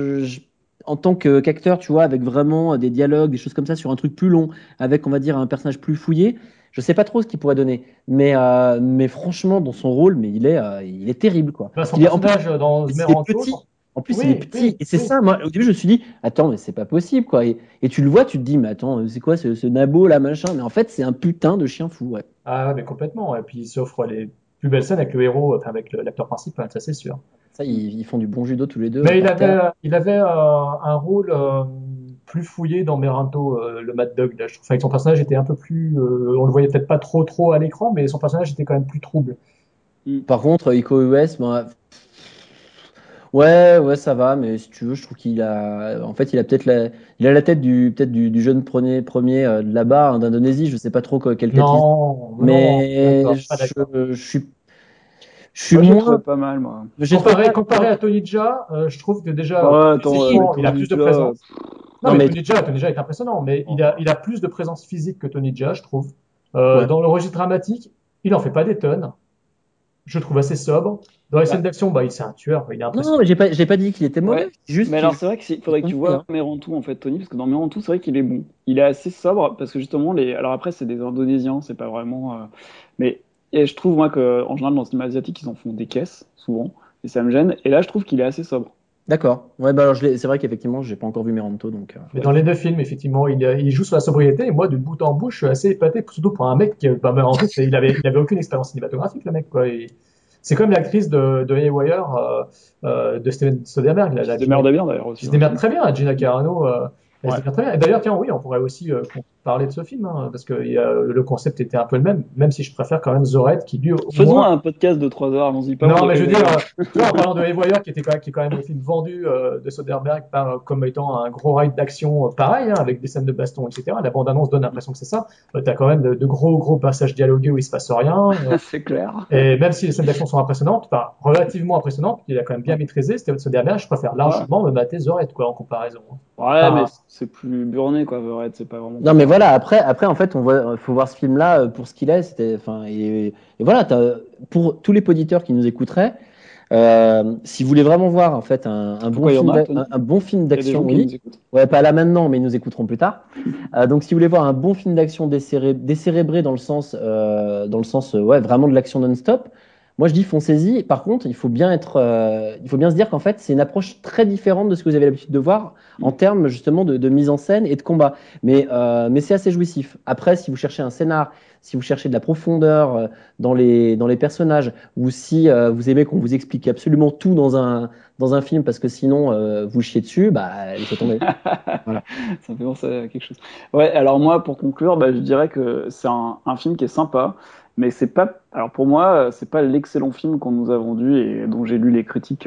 en tant qu'acteur, tu vois, avec vraiment des dialogues, des choses comme ça, sur un truc plus long, avec on va dire un personnage plus fouillé, je sais pas trop ce qu'il pourrait donner. Mais franchement, dans son rôle, mais il est terrible quoi. Bah, Parce son qu'il est en plus, personnage dans il est Meranto, petit. En plus, il est oui, petit. oui, Et c'est oui. ça, moi, au début, je me suis dit, attends, mais c'est pas possible, quoi. Et tu le vois, tu te dis, mais attends, c'est quoi ce nabo là, machin? Mais en fait, c'est un putain de chien fou, ouais. Ah, ouais, mais complètement. Et puis, il s'offre les plus belles scènes avec le héros, enfin, avec l'acteur principal, ça c'est sûr. Ça, ils font du bon judo tous les deux Mais par terre. il avait un rôle plus fouillé dans Meranto, le Mad Dog. Là, je trouve. Enfin, son personnage était un peu plus, on le voyait peut-être pas trop à l'écran, mais son personnage était quand même plus trouble. Hmm. Par contre, Iko Uwais, ben, ouais, ouais, ça va, mais si tu veux, je trouve en fait, il a la tête du jeune premier de là-bas, hein, d'Indonésie. Je sais pas trop quelle tête ils ont. Non, non, Mais d'accord, pas d'accord. je suis Je suis Moi, je le moins. trouvais pas mal, moi. j'ai trouvé Comparé à Tony Jaa, je trouve que déjà, Ouais, attends, physiquement, il a Tony plus de Jaa, présence. Non, Non, mais mais Tony Jaa est impressionnant, mais il a plus de présence physique que Tony Jaa, je trouve. ouais. Dans le registre dramatique, il en fait pas des tonnes. Je le trouve assez sobre. Dans les scènes bah, d'action, bah, c'est un tueur, il est Non, impressionnant. mais j'ai pas dit qu'il était mauvais. ouais. C'est juste Mais qu'il alors, c'est vrai qu'il je faudrait que trouve tu bien. vois Merantou, en fait, Tony, parce que dans Merantou, c'est vrai qu'il est bon. Il est assez sobre, parce que justement, alors après, c'est des Indonésiens, c'est pas vraiment. Mais et je trouve, moi, qu'en général, dans le cinéma asiatique, ils en font des caisses, souvent, et ça me gêne. Et là, je trouve qu'il est assez sobre. D'accord. Ouais, bah alors c'est vrai qu'effectivement, j'ai pas encore vu Meranto, donc Mais faudrait dans que les deux films, effectivement, il joue sur la sobriété. Et moi, de bout en bout, je suis assez épaté, surtout pour un mec qui, bah, en plus, il avait aucune expérience cinématographique, le mec, quoi. C'est comme l'actrice de Haywire, de Steven Soderbergh, Qui se Gina, démerde bien, d'ailleurs, qui aussi, se dans le démerde film. très bien, Gina Carano. Elle se Ouais. démerde très bien. Et d'ailleurs, tiens, oui, on pourrait aussi parler de ce film, hein, parce que le concept était un peu le même, même si je préfère quand même The Raid, qui lui, au Faisons moins, un podcast de 3 heures, allons-y, parlons non, de mais je veux dire, Haywire. tu vois, en parlant de Haywire, qui est quand même le film vendu de Soderbergh comme étant un gros ride d'action pareil, hein, avec des scènes de baston, etc. La bande-annonce donne l'impression que c'est ça. T'as quand même de gros passages dialogués où il se passe rien. C'est clair. Et même si les scènes d'action sont impressionnantes, enfin, relativement impressionnantes, il a quand même bien Ouais. maîtrisé. Steven Soderbergh, je préfère Ouais. largement me mater The Raid, quoi, en comparaison. Ouais, mais Enfin, c'est plus burné, quoi, The Raid, c'est pas vraiment Non, mais comparable. voilà, après, en fait, faut voir ce film-là pour ce qu'il est. Enfin, et voilà, pour tous les auditeurs qui nous écouteraient, si vous voulez vraiment voir en fait Pourquoi il y en a, Tony? un bon film Il y a des d'action, gens qui oui. nous écoutent. Ouais, pas là maintenant, mais ils nous écouteront plus tard. Donc, si vous voulez voir un bon film d'action décérébré dans le sens, ouais, vraiment de l'action non-stop, moi je dis foncez-y. Par contre, il faut bien se dire qu'en fait, c'est une approche très différente de ce que vous avez l'habitude de voir en Mm. termes justement de mise en scène et de combat. Mais c'est assez jouissif. Après, si vous cherchez un scénar, si vous cherchez de la profondeur dans les personnages, ou si vous aimez qu'on vous explique absolument tout dans un film parce que sinon vous chiez dessus, bah laissez tomber. Voilà. Ça me fait penser à quelque chose. Ouais, alors moi, pour conclure, bah, je dirais que c'est un film qui est sympa, mais c'est pas. Alors pour moi, c'est pas l'excellent film qu'on nous a vendu et dont j'ai lu les critiques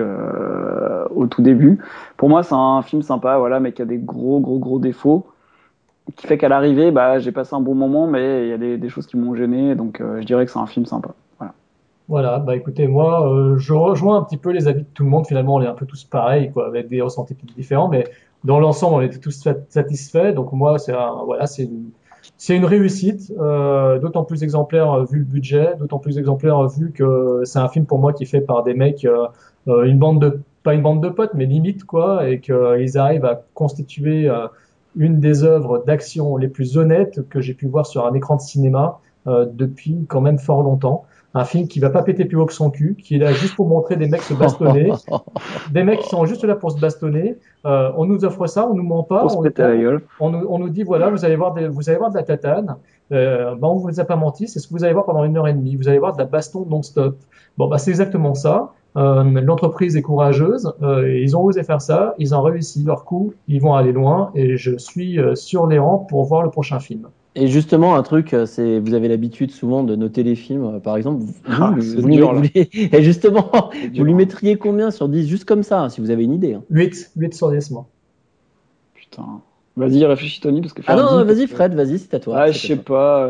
au tout début. Pour moi, c'est un film sympa, voilà, mais qui a des gros défauts, qui fait qu'à l'arrivée, bah, j'ai passé un bon moment, mais il y a des choses qui m'ont gêné, donc je dirais que c'est un film sympa. Voilà. voilà, bah écoutez, moi, je rejoins un petit peu les avis de tout le monde. Finalement, on est un peu tous pareils, quoi, avec des ressentis différents, mais dans l'ensemble, on était tous satisfaits. Donc moi, voilà, c'est une réussite, d'autant plus exemplaire vu le budget, d'autant plus exemplaire vu que c'est un film pour moi qui est fait par des mecs, pas une bande de potes, mais limite, quoi, et qu'ils arrivent à constituer une des œuvres d'action les plus honnêtes que j'ai pu voir sur un écran de cinéma depuis quand même fort longtemps. Un film qui va pas péter plus haut que son cul, qui est là juste pour montrer des mecs se bastonner, des mecs qui sont juste là pour se bastonner. On nous offre ça, on nous ment pas, Pour se péter à la gueule. on nous dit voilà, vous allez voir de la tatane. Ben on vous a pas menti, c'est ce que vous allez voir pendant 1 heure et demie. Vous allez voir de la baston non-stop. Bon, bah c'est exactement ça. L'entreprise est courageuse, ils ont osé faire ça, ils ont réussi leur coup, ils vont aller loin, et je suis sur les rangs pour voir le prochain film. Et justement, un truc, c'est vous avez l'habitude souvent de noter les films, par exemple. Ah, c'est dur, là. Et justement, C'est vous dur, lui hein. mettriez combien sur 10 juste comme ça, hein, si vous avez une idée, hein. 8 sur 10, moi. Putain. Vas-y, réfléchis, Tony, parce que Ah faire non, 10. vas-y Fred, vas-y, c'est à toi. Ah, je C'est à sais toi. pas.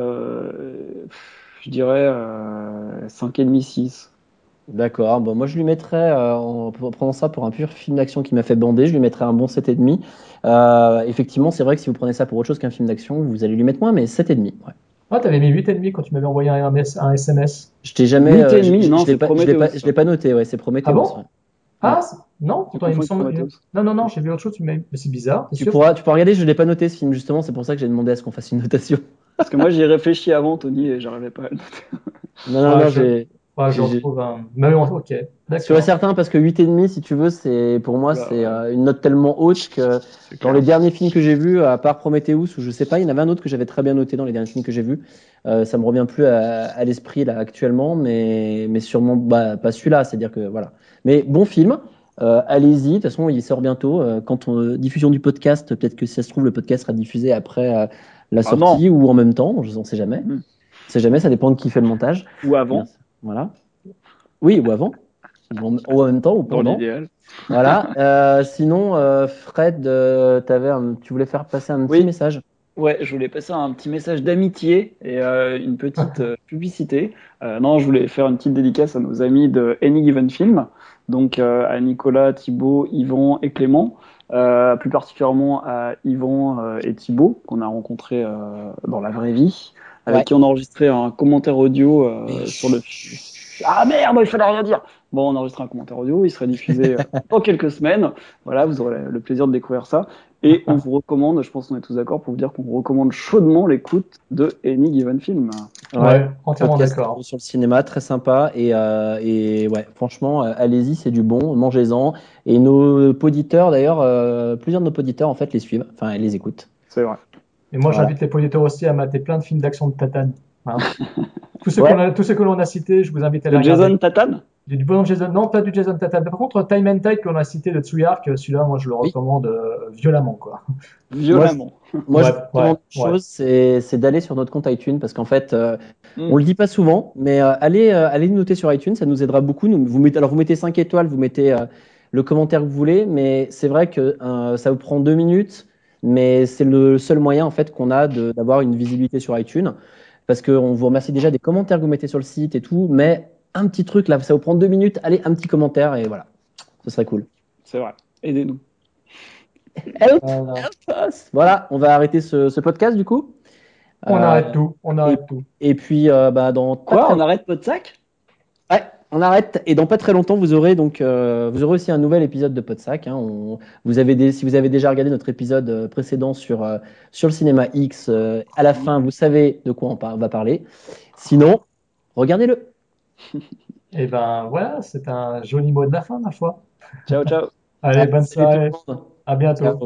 Je dirais 5,5, 6. D'accord. Bon, moi, je lui mettrais, prenant ça pour un pur film d'action qui m'a fait bander, je lui mettrais un bon 7,5. Effectivement, c'est vrai que si vous prenez ça pour autre chose qu'un film d'action, vous allez lui mettre moins, mais 7,5. Ouais. Ah, t'avais mis 8,5 quand tu m'avais envoyé un SMS. Je t'ai jamais, 8,5, non, c'est Prometheus, je ça. l'ai pas noté, ouais, c'est Ah Prometheus. Ouais. bon? Ouais. Ah, non, Tu pourtant il me confonds avec semble. Prometheus. Non, j'ai vu autre chose, mais c'est bizarre, t'es sûr? Tu pourras regarder, je l'ai pas noté ce film, justement, c'est pour ça que j'ai demandé à ce qu'on fasse une notation. Parce que moi, j'y ai réfléchi avant, Tony, et j'arrivais pas à le noter. Ouais, Non, je j'ai- retrouve un. Mais bon, ok, Sûr et d'accord. certain, parce que 8,5, si tu veux, pour moi, Oula, c'est ouais, une note tellement haute que c'est dans clair. les derniers films que j'ai vus, à part Prometheus, ou je sais pas, il y en avait un autre que j'avais très bien noté dans les derniers films que j'ai vus. Ça me revient plus à l'esprit là actuellement, mais sûrement pas celui-là, c'est-à-dire que voilà. Mais bon film, allez-y, de toute façon, il sort bientôt. Diffusion du podcast, peut-être que si ça se trouve, le podcast sera diffusé après la Ah non! sortie ou en même temps, on ne sait jamais. Hmm. On sait jamais, ça dépend de qui fait le montage. Ou avant, Merci. Voilà. Oui, ou avant. Ou en même temps, ou dans pendant. l'idéal. Voilà. Sinon, Fred, tu voulais faire passer un petit Oui, message. Ouais, je voulais passer un petit message d'amitié et une petite publicité. Non, je voulais faire une petite dédicace à nos amis de Any Given Film, donc à Nicolas, Thibaut, Yvan et Clément, plus particulièrement à Yvan et Thibaut, qu'on a rencontrés dans la vraie vie, avec Ouais. qui on a enregistré un commentaire audio Mais sur le film. Ah merde, il fallait rien dire! Bon, on a enregistré un commentaire audio, il sera diffusé dans quelques semaines. Voilà, vous aurez le plaisir de découvrir ça. Et on vous recommande, je pense qu'on est tous d'accord pour vous dire qu'on vous recommande chaudement l'écoute de Any Given Film. Ouais, Ouais, entièrement podcast d'accord. sur le cinéma, très sympa. Et ouais, franchement, allez-y, c'est du bon, mangez-en. Et nos auditeurs, d'ailleurs, plusieurs de nos auditeurs, en fait, les suivent, enfin, les écoutent. C'est vrai. Et moi, Voilà. j'invite les auditeurs aussi à mater plein de films d'action de Tatane. Hein. Ouais, Tous ceux que l'on a cités, je vous invite à les De regarder. Jason Tatum? Du bon Jason, non, pas du Jason Tatum. Par contre, Time and Tide qu'on a cité de Tsuyark, celui-là, moi, je le oui. recommande violemment, quoi. Moi, je, Violemment. moi, je Ouais, vous ouais, recommande une ouais. chose, c'est d'aller sur notre compte iTunes parce qu'en fait, on Hmm. le dit pas souvent, mais allez nous noter sur iTunes, ça nous aidera beaucoup. Vous mettez 5 étoiles, vous mettez le commentaire que vous voulez, mais c'est vrai que ça vous prend 2 minutes, mais c'est le seul moyen en fait qu'on a d'avoir une visibilité sur iTunes parce qu'on vous remercie déjà des commentaires que vous mettez sur le site et tout, mais un petit truc là, ça vous prend 2 minutes, allez, un petit commentaire et voilà, ce serait cool. C'est vrai. Aidez-nous. Help, Voilà. help us. Voilà, on va arrêter ce podcast du coup. On Euh, arrête tout, on et, arrête tout. et puis, bah, dans pas Quoi? très On arrête Podsac? ouais, on arrête. Et dans pas très longtemps, vous aurez donc vous aurez aussi un nouvel épisode de Podsac. Hein. Si vous avez déjà regardé notre épisode précédent sur le cinéma X, à la fin, vous savez de quoi on va parler. Sinon, regardez-le. Et ben voilà, c'est un joli mot de la fin, ma foi. Ciao, ciao. Allez, Allez, bonne salut tout soirée, le monde. à bientôt. Ciao.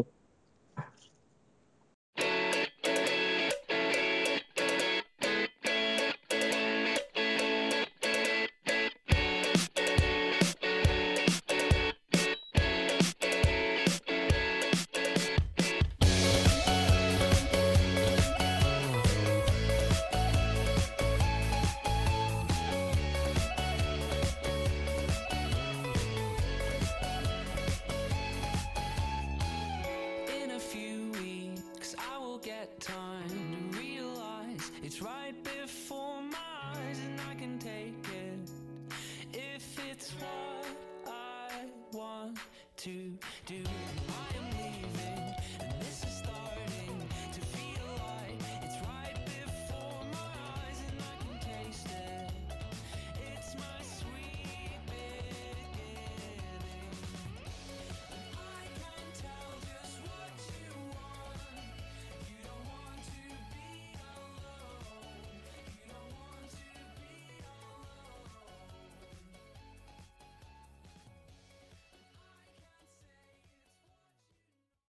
In a few weeks, I will get time to realize it's right before my eyes, and I can take it if it's what I want to do.